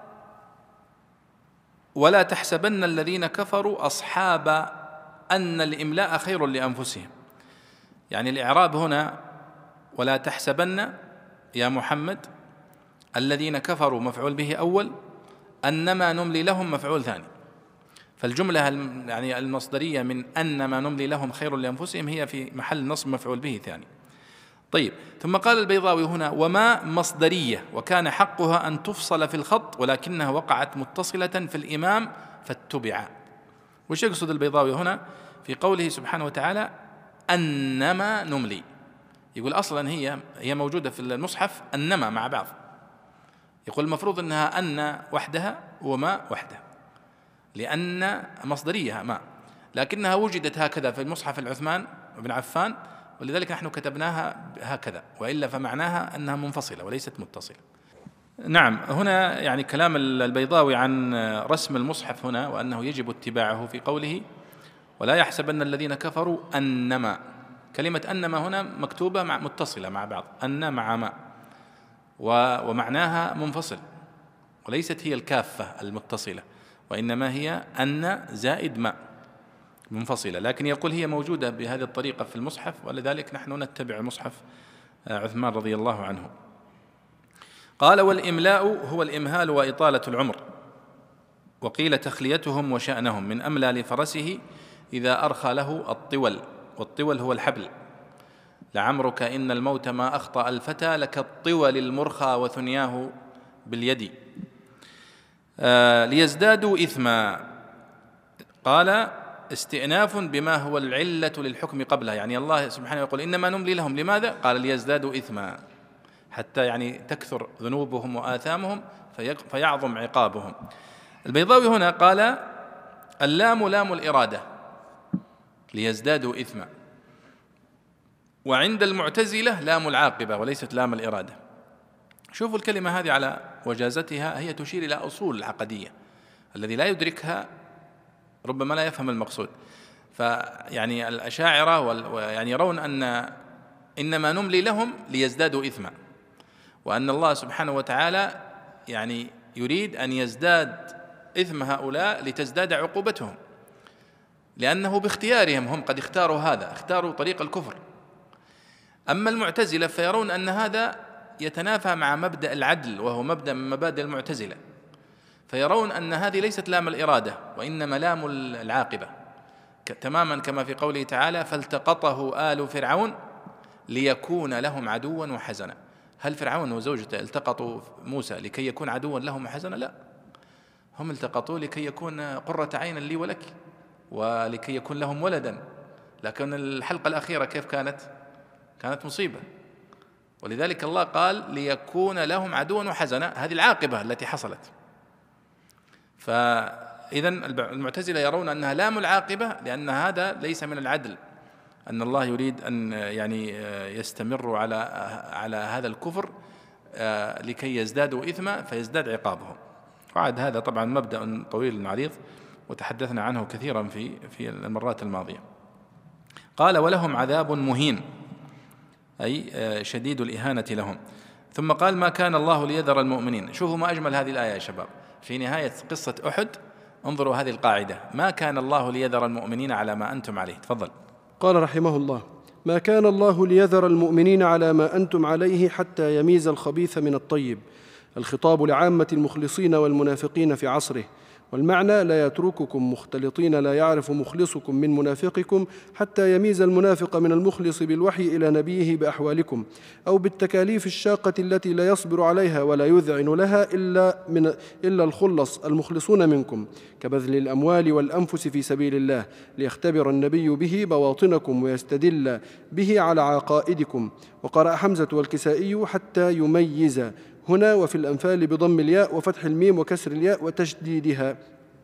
ولا تحسبن الذين كفروا أصحاب أن الإملاء خير لأنفسهم، يعني الإعراب هنا ولا تحسبن يا محمد الذين كفروا مفعول به أول، أنما نملي لهم مفعول ثاني، فالجملة يعني المصدرية من أنما نملي لهم خير لأنفسهم هي في محل نصب مفعول به ثاني. طيب، ثم قال البيضاوي هنا وما مصدرية وكان حقها أن تفصل في الخط ولكنها وقعت متصلة في الإمام فاتبع. وش يقصد البيضاوي هنا في قوله سبحانه وتعالى أنما نملي؟ يقول أصلا هي موجودة في المصحف أنما مع بعض، يقول المفروض أنها أن وحدها وما وحدها، لأن مصدريها ما، لكنها وجدت هكذا في المصحف العثمان بن عفان، ولذلك نحن كتبناها هكذا، وإلا فمعناها أنها منفصلة وليست متصلة. نعم، هنا يعني كلام البيضاوي عن رسم المصحف هنا وأنه يجب اتباعه في قوله ولا يحسبن الذين كفروا أنما، كلمة أنما هنا مكتوبة متصلة مع بعض، أن مع ما، ومعناها منفصل، وليست هي الكافة المتصلة، وإنما هي أن زائد ما منفصلة، لكن يقول هي موجودة بهذه الطريقة في المصحف، ولذلك نحن نتبع مصحف عثمان رضي الله عنه. قال والإملاء هو الإمهال وإطالة العمر، وقيل تخليتهم وشأنهم من أملى لفرسه إذا أرخى له الطول، والطول هو الحبل، لعمرك إن الموت ما أخطأ الفتى لك الطول المرخى وثنياه باليد ليزدادوا إثما. قال استئناف بما هو العلة للحكم قبلها، يعني الله سبحانه يقول إنما نملي لهم، لماذا؟ قال ليزدادوا إثما، حتى يعني تكثر ذنوبهم وآثامهم فيعظم عقابهم. البيضاوي هنا قال اللام لام الإرادة ليزدادوا إثما، وعند المعتزلة لام العاقبة وليست لام الإرادة. شوفوا الكلمة هذه على وجازتها، هي تشير إلى أصول العقدية، الذي لا يدركها ربما لا يفهم المقصود. فيعني الأشاعرة يعني يرون أن إنما نملي لهم ليزدادوا إثما، وأن الله سبحانه وتعالى يعني يريد أن يزداد إثم هؤلاء لتزداد عقوبتهم، لأنه باختيارهم، هم قد اختاروا هذا، اختاروا طريق الكفر. أما المعتزلة فيرون أن هذا يتنافى مع مبدأ العدل، وهو مبدأ من مبادئ المعتزلة، فيرون أن هذه ليست لام الإرادة وإنما لام العاقبة، تماما كما في قوله تعالى فالتقطه آل فرعون ليكون لهم عدوا وحزنا. هل فرعون وزوجته التقطوا موسى لكي يكون عدوا لهم وحزنا؟ لا، هم التقطوا لكي يكون قرة عين لي ولك، ولكي يكون لهم ولدا. لكن الحلقة الأخيرة كيف كانت مصيبة، ولذلك الله قال ليكون لهم عدوا وحزنا، هذه العاقبة التي حصلت. فإذا المعتزلة يرون أنها لام العاقبة، لأن هذا ليس من العدل أن الله يريد أن يعني يستمروا على هذا الكفر لكي يزدادوا إثما فيزداد عقابهم. وعد هذا طبعا مبدأ طويل عريض وتحدثنا عنه كثيرا في المرات الماضية. قال ولهم عذاب مهين، أي شديد الإهانة لهم. ثم قال ما كان الله ليذر المؤمنين. شوفوا ما أجمل هذه الآية يا شباب، في نهاية قصة أحد انظروا هذه القاعدة: ما كان الله ليذر المؤمنين على ما أنتم عليه. تفضل. قال رحمه الله: ما كان الله ليذر المؤمنين على ما أنتم عليه حتى يميز الخبيث من الطيب. الخطاب لعامة المخلصين والمنافقين في عصره، والمعنى لا يترككم مختلطين لا يعرف مخلصكم من منافقكم حتى يميز المنافق من المخلص بالوحي إلى نبيه بأحوالكم، أو بالتكاليف الشاقة التي لا يصبر عليها ولا يذعن لها إلا الخلص المخلصون منكم، كبذل الأموال والأنفس في سبيل الله، ليختبر النبي به بواطنكم ويستدل به على عقائدكم. وقرأ حمزة والكسائي حتى يميز هنا، وفي الأنفال بضم الياء وفتح الميم وكسر الياء وتشديدها،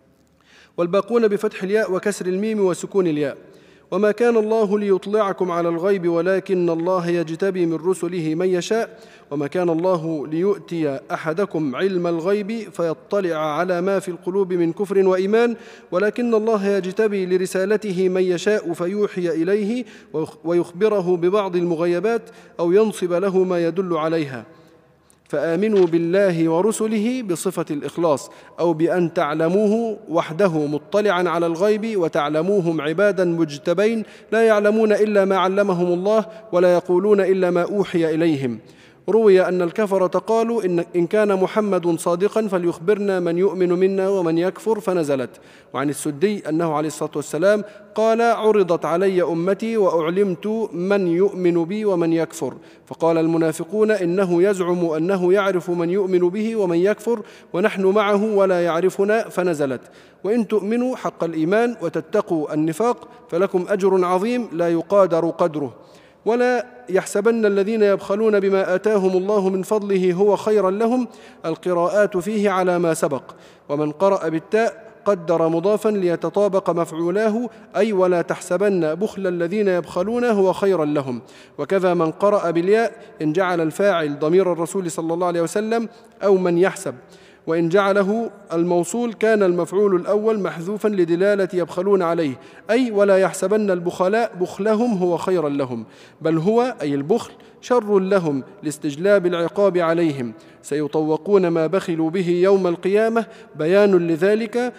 والباقون بفتح الياء وكسر الميم وسكون الياء. وما كان الله ليطلعكم على الغيب ولكن الله يجتبي من رسله من يشاء، وما كان الله ليؤتي أحدكم علم الغيب فيطلع على ما في القلوب من كفر وإيمان، ولكن الله يجتبي لرسالته من يشاء فيوحي إليه ويخبره ببعض المغيبات أو ينصب له ما يدل عليها. فآمنوا بالله ورسله بصفة الإخلاص، أو بأن تعلموه وحده مطلعا على الغيب وتعلموهم عبادا مجتبين لا يعلمون إلا ما علمهم الله ولا يقولون إلا ما أوحي إليهم. روي أن الكفرة قالوا إن كان محمد صادقا فليخبرنا من يؤمن منا ومن يكفر، فنزلت. وعن السدي أنه عليه الصلاة والسلام قال: عرضت علي أمتي وأعلمت من يؤمن بي ومن يكفر، فقال المنافقون إنه يزعم أنه يعرف من يؤمن به ومن يكفر ونحن معه ولا يعرفنا، فنزلت: وإن تؤمنوا حق الإيمان وتتقوا النفاق فلكم أجر عظيم لا يقادر قدره. ولا يحسبن الذين يبخلون بما آتاهم الله من فضله هو خيرا لهم. القراءات فيه على ما سبق، ومن قرأ بالتاء قدر مضافا ليتطابق مفعولاه، أي ولا تحسبن بخل الذين يبخلون هو خيرا لهم. وكذا من قرأ بالياء إن جعل الفاعل ضمير الرسول صلى الله عليه وسلم أو من يحسب، وإن جعله الموصول كان المفعول الأول محذوفا لدلالة يبخلون عليه، أي ولا يحسبن البخلاء بخلهم هو خيرا لهم، بل هو أي البخل شر لهم لاستجلاب العقاب عليهم، سيطوقون ما بخلوا به يوم القيامة بيان لذلك،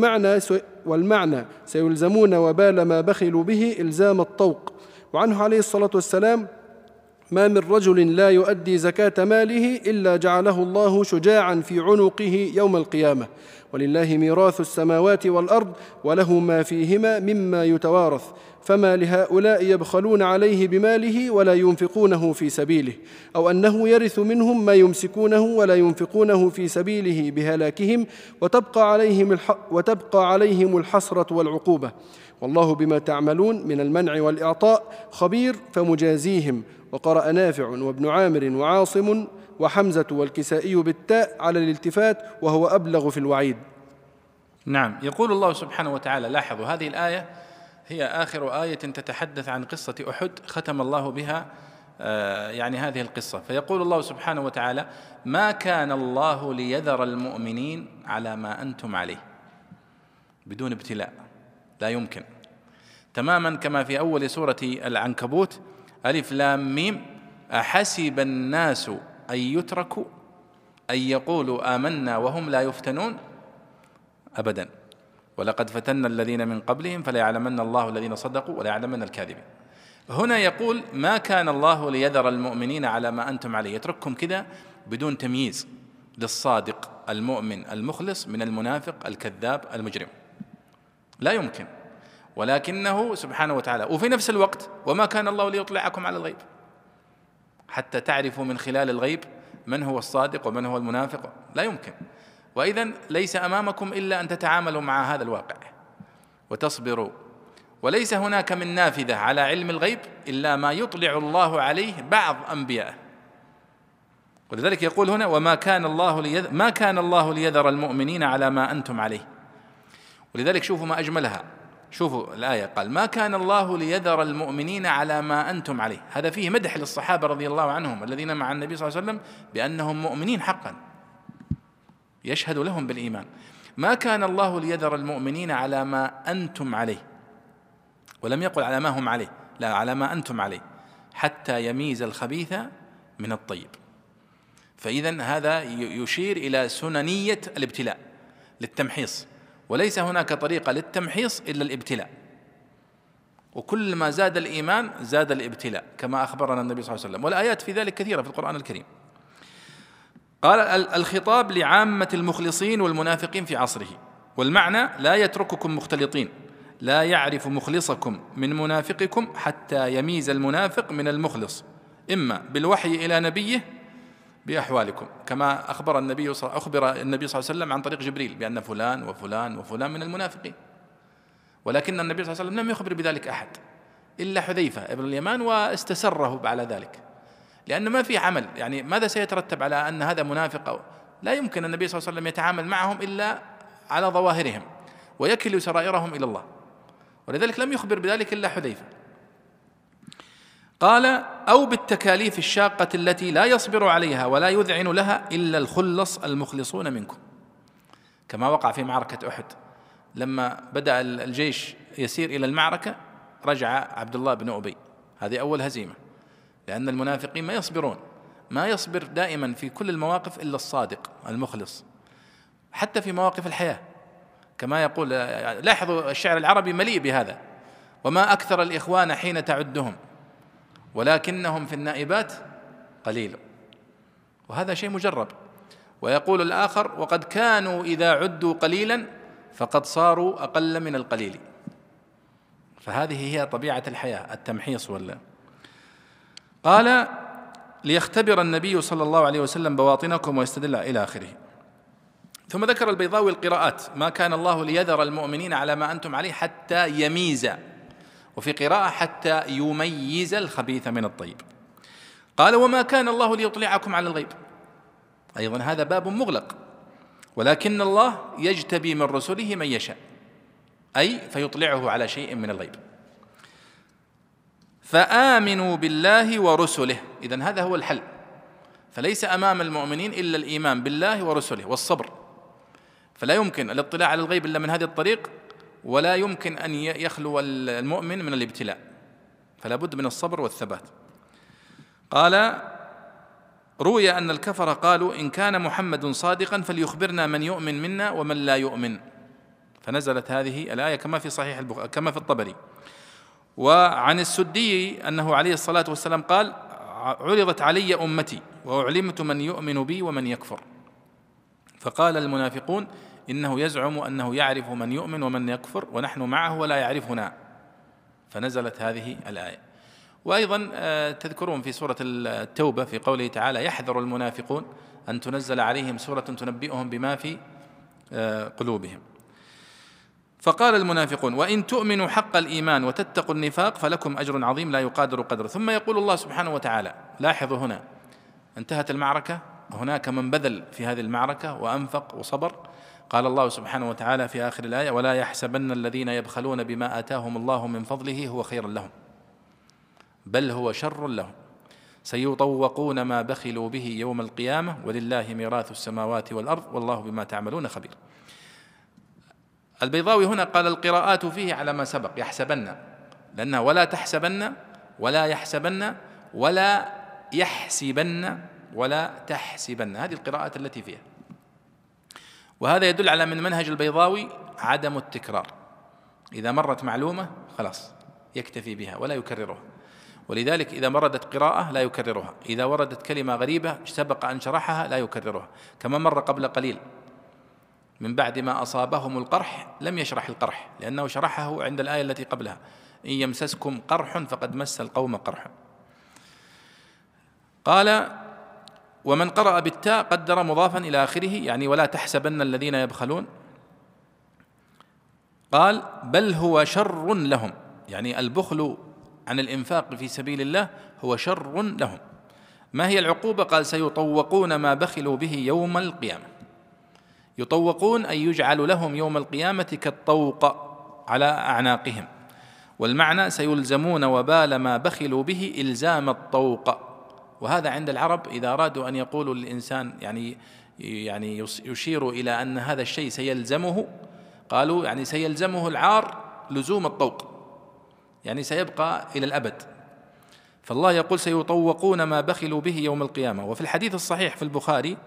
والمعنى سيلزمون وبال ما بخلوا به إلزام الطوق. وعنه عليه الصلاة والسلام: ما من رجل لا يؤدي زكاة ماله إلا جعله الله شجاعا في عنقه يوم القيامة، ولله ميراث السماوات والأرض وله ما فيهما مما يتوارث، فما لهؤلاء يبخلون عليه بماله ولا ينفقونه في سبيله، أو أنه يرث منهم ما يمسكونه ولا ينفقونه في سبيله بهلاكهم، وتبقى عليهم الحسرة والعقوبة. والله بما تعملون من المنع والإعطاء خبير فمجازيهم. وقرأ نافع وابن عامر وعاصم وحمزة والكسائي بالتاء على الالتفات، وهو أبلغ في الوعيد. نعم، يقول الله سبحانه وتعالى، لاحظوا هذه الآية هي آخر آية تتحدث عن قصة أحد ختم الله بها يعني هذه القصة. فيقول الله سبحانه وتعالى: ما كان الله ليذر المؤمنين على ما أنتم عليه، بدون ابتلاء، لا يمكن، تماما كما في أول سورة العنكبوت: ألف لام ميم أحسب الناس أن يتركوا أن يقولوا آمنا وهم لا يفتنون، أبدا، ولقد فتنا الذين من قبلهم فليعلمن الله الذين صدقوا وليعلمن الكاذبين. هنا يقول: ما كان الله ليذر المؤمنين على ما أنتم عليه، يترككم كذا بدون تمييز للصادق المؤمن المخلص من المنافق الكذاب المجرم، لا يمكن. ولكنه سبحانه وتعالى، وفي نفس الوقت وما كان الله ليطلعكم على الغيب حتى تعرفوا من خلال الغيب من هو الصادق ومن هو المنافق، لا يمكن. وإذن ليس أمامكم إلا أن تتعاملوا مع هذا الواقع وتصبروا، وليس هناك من نافذة على علم الغيب إلا ما يطلع الله عليه بعض أنبيائه، ولذلك يقول هنا ما كان الله ليذر المؤمنين على ما أنتم عليه. ولذلك شوفوا ما أجملها، شوفوا الآية قال ما كان الله ليذر المؤمنين على ما أنتم عليه، هذا فيه مدح للصحابة رضي الله عنهم الذين مع النبي صلى الله عليه وسلم بأنهم مؤمنين حقا، يشهد لهم بالإيمان. ما كان الله ليذر المؤمنين على ما أنتم عليه، ولم يقل على ما هم عليه، لا، على ما أنتم عليه، حتى يميز الخبيث من الطيب. فإذن هذا يشير إلى سننية الابتلاء للتمحيص، وليس هناك طريقة للتمحيص إلا الابتلاء، وكل ما زاد الإيمان زاد الابتلاء كما أخبرنا النبي صلى الله عليه وسلم، والآيات في ذلك كثيرة في القرآن الكريم. قال الخطاب لعامة المخلصين والمنافقين في عصره، والمعنى لا يترككم مختلطين، لا يعرف مخلصكم من منافقكم حتى يميز المنافق من المخلص، إما بالوحي إلى نبيه بأحوالكم، كما أخبر النبي صلى الله عليه وسلم عن طريق جبريل بأن فلان وفلان وفلان من المنافقين، ولكن النبي صلى الله عليه وسلم لم يخبر بذلك أحد إلا حذيفة ابن اليمان، واستسره على ذلك، لأن ما في عمل، يعني ماذا سيترتب على أن هذا منافق؟ لا يمكن النبي صلى الله عليه وسلم يتعامل معهم إلا على ظواهرهم ويكل سرائرهم إلى الله، ولذلك لم يخبر بذلك إلا حذيفة. قال أو بالتكاليف الشاقة التي لا يصبر عليها ولا يذعن لها إلا الخلص المخلصون منكم، كما وقع في معركة أحد، لما بدأ الجيش يسير إلى المعركة رجع عبد الله بن أبي، هذه أول هزيمة، لأن المنافقين ما يصبرون، ما يصبر دائما في كل المواقف إلا الصادق المخلص، حتى في مواقف الحياة، كما يقول، لاحظوا الشعر العربي مليء بهذا، وما أكثر الإخوان حين تعدهم ولكنهم في النائبات قليل، وهذا شيء مجرب. ويقول الآخر وقد كانوا إذا عدوا قليلا فقد صاروا أقل من القليل. فهذه هي طبيعة الحياة، التمحيص قال ليختبر النبي صلى الله عليه وسلم بواطنكم ويستدل إلى آخره. ثم ذكر البيضاوي القراءات: ما كان الله ليذر المؤمنين على ما أنتم عليه حتى يميز، وفي قراءة حتى يميز الخبيث من الطيب. قال وما كان الله ليطلعكم على الغيب، أيضا هذا باب مغلق، ولكن الله يجتبي من رسله من يشاء، أي فيطلعه على شيء من الغيب. فآمنوا بالله ورسله، إذن هذا هو الحل، فليس أمام المؤمنين إلا الإيمان بالله ورسله والصبر، فلا يمكن الاطلاع على الغيب إلا من هذه الطريق، ولا يمكن أن يخلو المؤمن من الابتلاء، فلا بد من الصبر والثبات. قال روي أن الكفر قالوا إن كان محمد صادقا فليخبرنا من يؤمن منا ومن لا يؤمن، فنزلت هذه الآية كما في صحيح البخاري كما في الطبري. وعن السدي أنه عليه الصلاة والسلام قال عرضت علي أمتي وأعلمت من يؤمن بي ومن يكفر، فقال المنافقون إنه يزعم أنه يعرف من يؤمن ومن يكفر ونحن معه ولا يعرفنا، فنزلت هذه الآية. وأيضا تذكرون في سورة التوبة في قوله تعالى يحذر المنافقون أن تنزل عليهم سورة تنبئهم بما في قلوبهم. فقال المنافقون وإن تؤمنوا حق الإيمان وتتقوا النفاق فلكم أجر عظيم لا يقادر قدره. ثم يقول الله سبحانه وتعالى، لاحظوا هنا انتهت المعركة، هناك من بذل في هذه المعركة وأنفق وصبر. قال الله سبحانه وتعالى في آخر الآية ولا يحسبن الذين يبخلون بما آتاهم الله من فضله هو خيرا لهم بل هو شر لهم سيطوقون ما بخلوا به يوم القيامة ولله ميراث السماوات والأرض والله بما تعملون خبير. البيضاوي هنا قال القراءات فيه على ما سبق، يحسبن، لأنها ولا تحسبن ولا يحسبن ولا يحسبن ولا تحسبن، هذه القراءات التي فيها. وهذا يدل على من منهج البيضاوي عدم التكرار، إذا مرت معلومة خلاص يكتفي بها ولا يكررها، ولذلك إذا وردت قراءة لا يكررها، إذا وردت كلمة غريبة سبق أن شرحها لا يكررها، كما مر قبل قليل من بعد ما أصابهم القرح لم يشرح القرح لأنه شرحه عند الآية التي قبلها إن يمسسكم قرح فقد مس القوم قرح. قال ومن قرأ بالتاء قدر مضافا إلى آخره، يعني ولا تحسبن الذين يبخلون. قال بل هو شر لهم، يعني البخل عن الإنفاق في سبيل الله هو شر لهم ما هي العقوبة؟ قال سيطوقون ما بخلوا به يوم القيامة. يطوقون أي يجعل لهم يوم القيامة كالطوق على أعناقهم، والمعنى سيلزمون وبال ما بخلوا به إلزام الطوق. وهذا عند العرب إذا أرادوا أن يقولوا للإنسان يعني يشير إلى أن هذا الشيء سيلزمه، قالوا يعني سيلزمه العار لزوم الطوق، يعني سيبقى إلى الأبد. فالله يقول سيطوقون ما بخلوا به يوم القيامة. وفي الحديث الصحيح في البخاري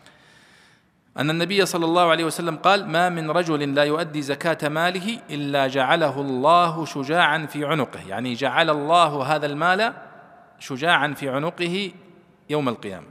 أن النبي صلى الله عليه وسلم قال: ما من رجل لا يؤدي زكاة ماله إلا جعله الله شجاعا في عنقه، يعني جعل الله هذا المال شجاعا في عنقه يوم القيامة.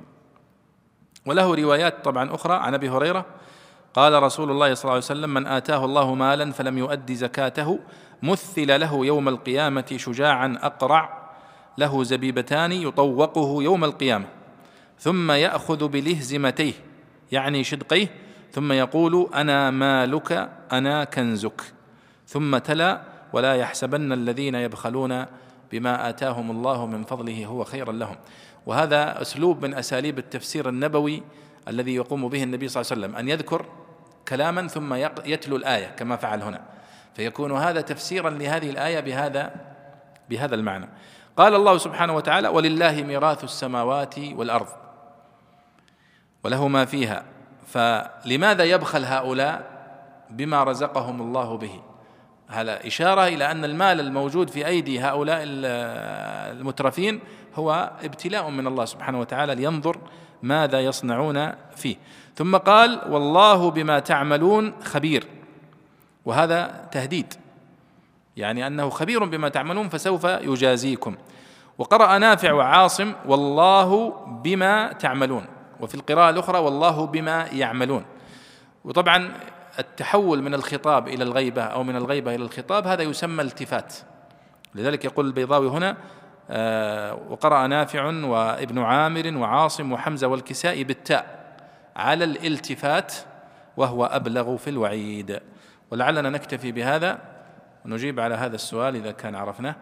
وله روايات طبعا أخرى عن أبي هريرة قال رسول الله صلى الله عليه وسلم: من آتاه الله مالا فلم يؤدي زكاته مثل له يوم القيامة شجاعا أقرع له زبيبتان يطوقه يوم القيامة، ثم يأخذ بلهزمتيه يعني شدقيه، ثم يقول: أنا مالك أنا كنزك. ثم تلا: ولا يحسبن الذين يبخلون بما آتاهم الله من فضله هو خيرا لهم. وهذا أسلوب من أساليب التفسير النبوي الذي يقوم به النبي صلى الله عليه وسلم، أن يذكر كلاما ثم يتلو الآية كما فعل هنا، فيكون هذا تفسيرا لهذه الآية بهذا المعنى. قال الله سبحانه وتعالى: ولله ميراث السماوات والأرض وله ما فيها. فلماذا يبخل هؤلاء بما رزقهم الله به؟ هذا إشارة إلى أن المال الموجود في أيدي هؤلاء المترفين هو ابتلاء من الله سبحانه وتعالى لينظر ماذا يصنعون فيه. ثم قال: والله بما تعملون خبير، وهذا تهديد، يعني أنه خبير بما تعملون فسوف يجازيكم. وقرأ نافع وعاصم: والله بما تعملون، وفي القراءة الأخرى: والله بما يعملون. وطبعا التحول من الخطاب إلى الغيبة أو من الغيبة إلى الخطاب هذا يسمى التفات، لذلك يقول البيضاوي هنا: وقرأ نافع وابن عامر وعاصم وحمزة والكسائي بالتاء على الالتفات، وهو أبلغ في الوعيد. ولعلنا نكتفي بهذا ونجيب على هذا السؤال إذا كان عرفناه: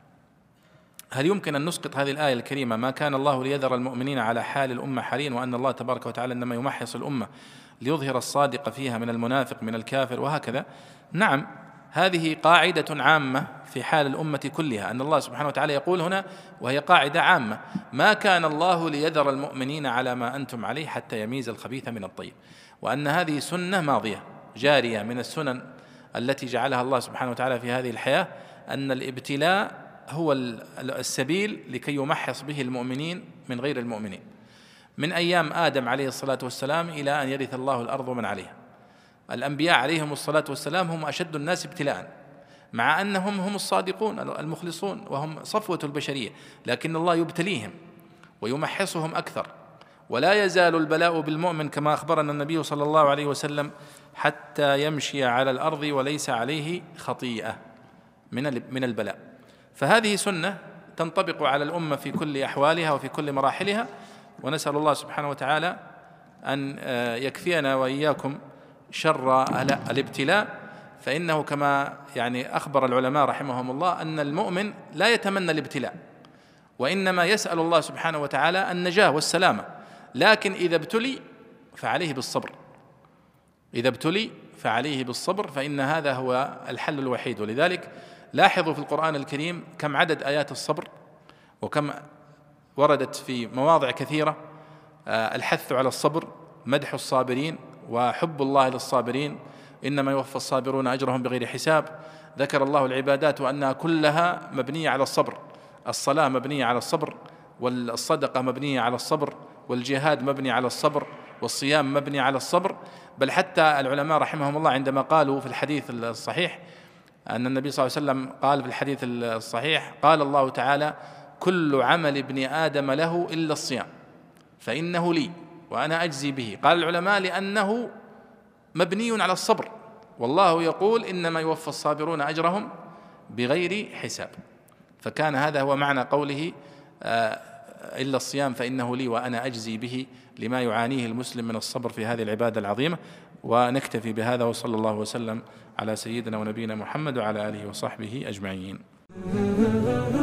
هل يمكن أن نسقط هذه الآية الكريمة: ما كان الله ليذر المؤمنين على حال الأمة حاليا، وأن الله تبارك وتعالى إنما يمحص الأمة ليظهر الصادق فيها من المنافق من الكافر وهكذا؟ نعم، هذه قاعدة عامة في حال الأمة كلها، أن الله سبحانه وتعالى يقول هنا وهي قاعدة عامة: ما كان الله ليذر المؤمنين على ما أنتم عليه حتى يميز الخبيث من الطيب، وأن هذه سنة ماضية جارية من السنن التي جعلها الله سبحانه وتعالى في هذه الحياة، أن الابتلاء هو السبيل لكي يمحص به المؤمنين من غير المؤمنين، من أيام آدم عليه الصلاة والسلام إلى أن يرث الله الأرض ومن عليها. الأنبياء عليهم الصلاة والسلام هم أشد الناس ابتلاء، مع أنهم هم الصادقون المخلصون وهم صفوة البشرية، لكن الله يبتليهم ويمحصهم أكثر. ولا يزال البلاء بالمؤمن كما أخبرنا النبي صلى الله عليه وسلم حتى يمشي على الأرض وليس عليه خطيئة من البلاء. فهذه سنة تنطبق على الأمة في كل أحوالها وفي كل مراحلها، ونسأل الله سبحانه وتعالى أن يكفينا وإياكم شر الابتلاء، فإنه كما يعني أخبر العلماء رحمهم الله أن المؤمن لا يتمنى الابتلاء، وإنما يسأل الله سبحانه وتعالى النجاة والسلامة، لكن إذا ابتلي فعليه بالصبر، إذا ابتلي فعليه بالصبر، فإن هذا هو الحل الوحيد. ولذلك لاحظوا في القرآن الكريم كم عدد آيات الصبر، وكم وردت في مواضع كثيرة الحث على الصبر، مدح الصابرين وحب الله للصابرين، إنما يوفى الصابرون أجرهم بغير حساب. ذكر الله العبادات وأنها كلها مبنية على الصبر، الصلاة مبنية على الصبر، والصدقة مبنية على الصبر، والجهاد مبني على الصبر، والصيام مبني على الصبر. بل حتى العلماء رحمهم الله عندما قالوا في الحديث الصحيح أن النبي صلى الله عليه وسلم قال في الحديث الصحيح: قال الله تعالى: كل عمل ابن آدم له إلا الصيام فإنه لي وأنا أجزي به. قال العلماء: لأنه مبني على الصبر، والله يقول: إنما يوفى الصابرون أجرهم بغير حساب. فكان هذا هو معنى قوله إلا الصيام فإنه لي وأنا أجزي به، لما يعانيه المسلم من الصبر في هذه العبادة العظيمة. ونكتفي بهذا، وصلى الله وسلم على سيدنا ونبينا محمد وعلى آله وصحبه أجمعين.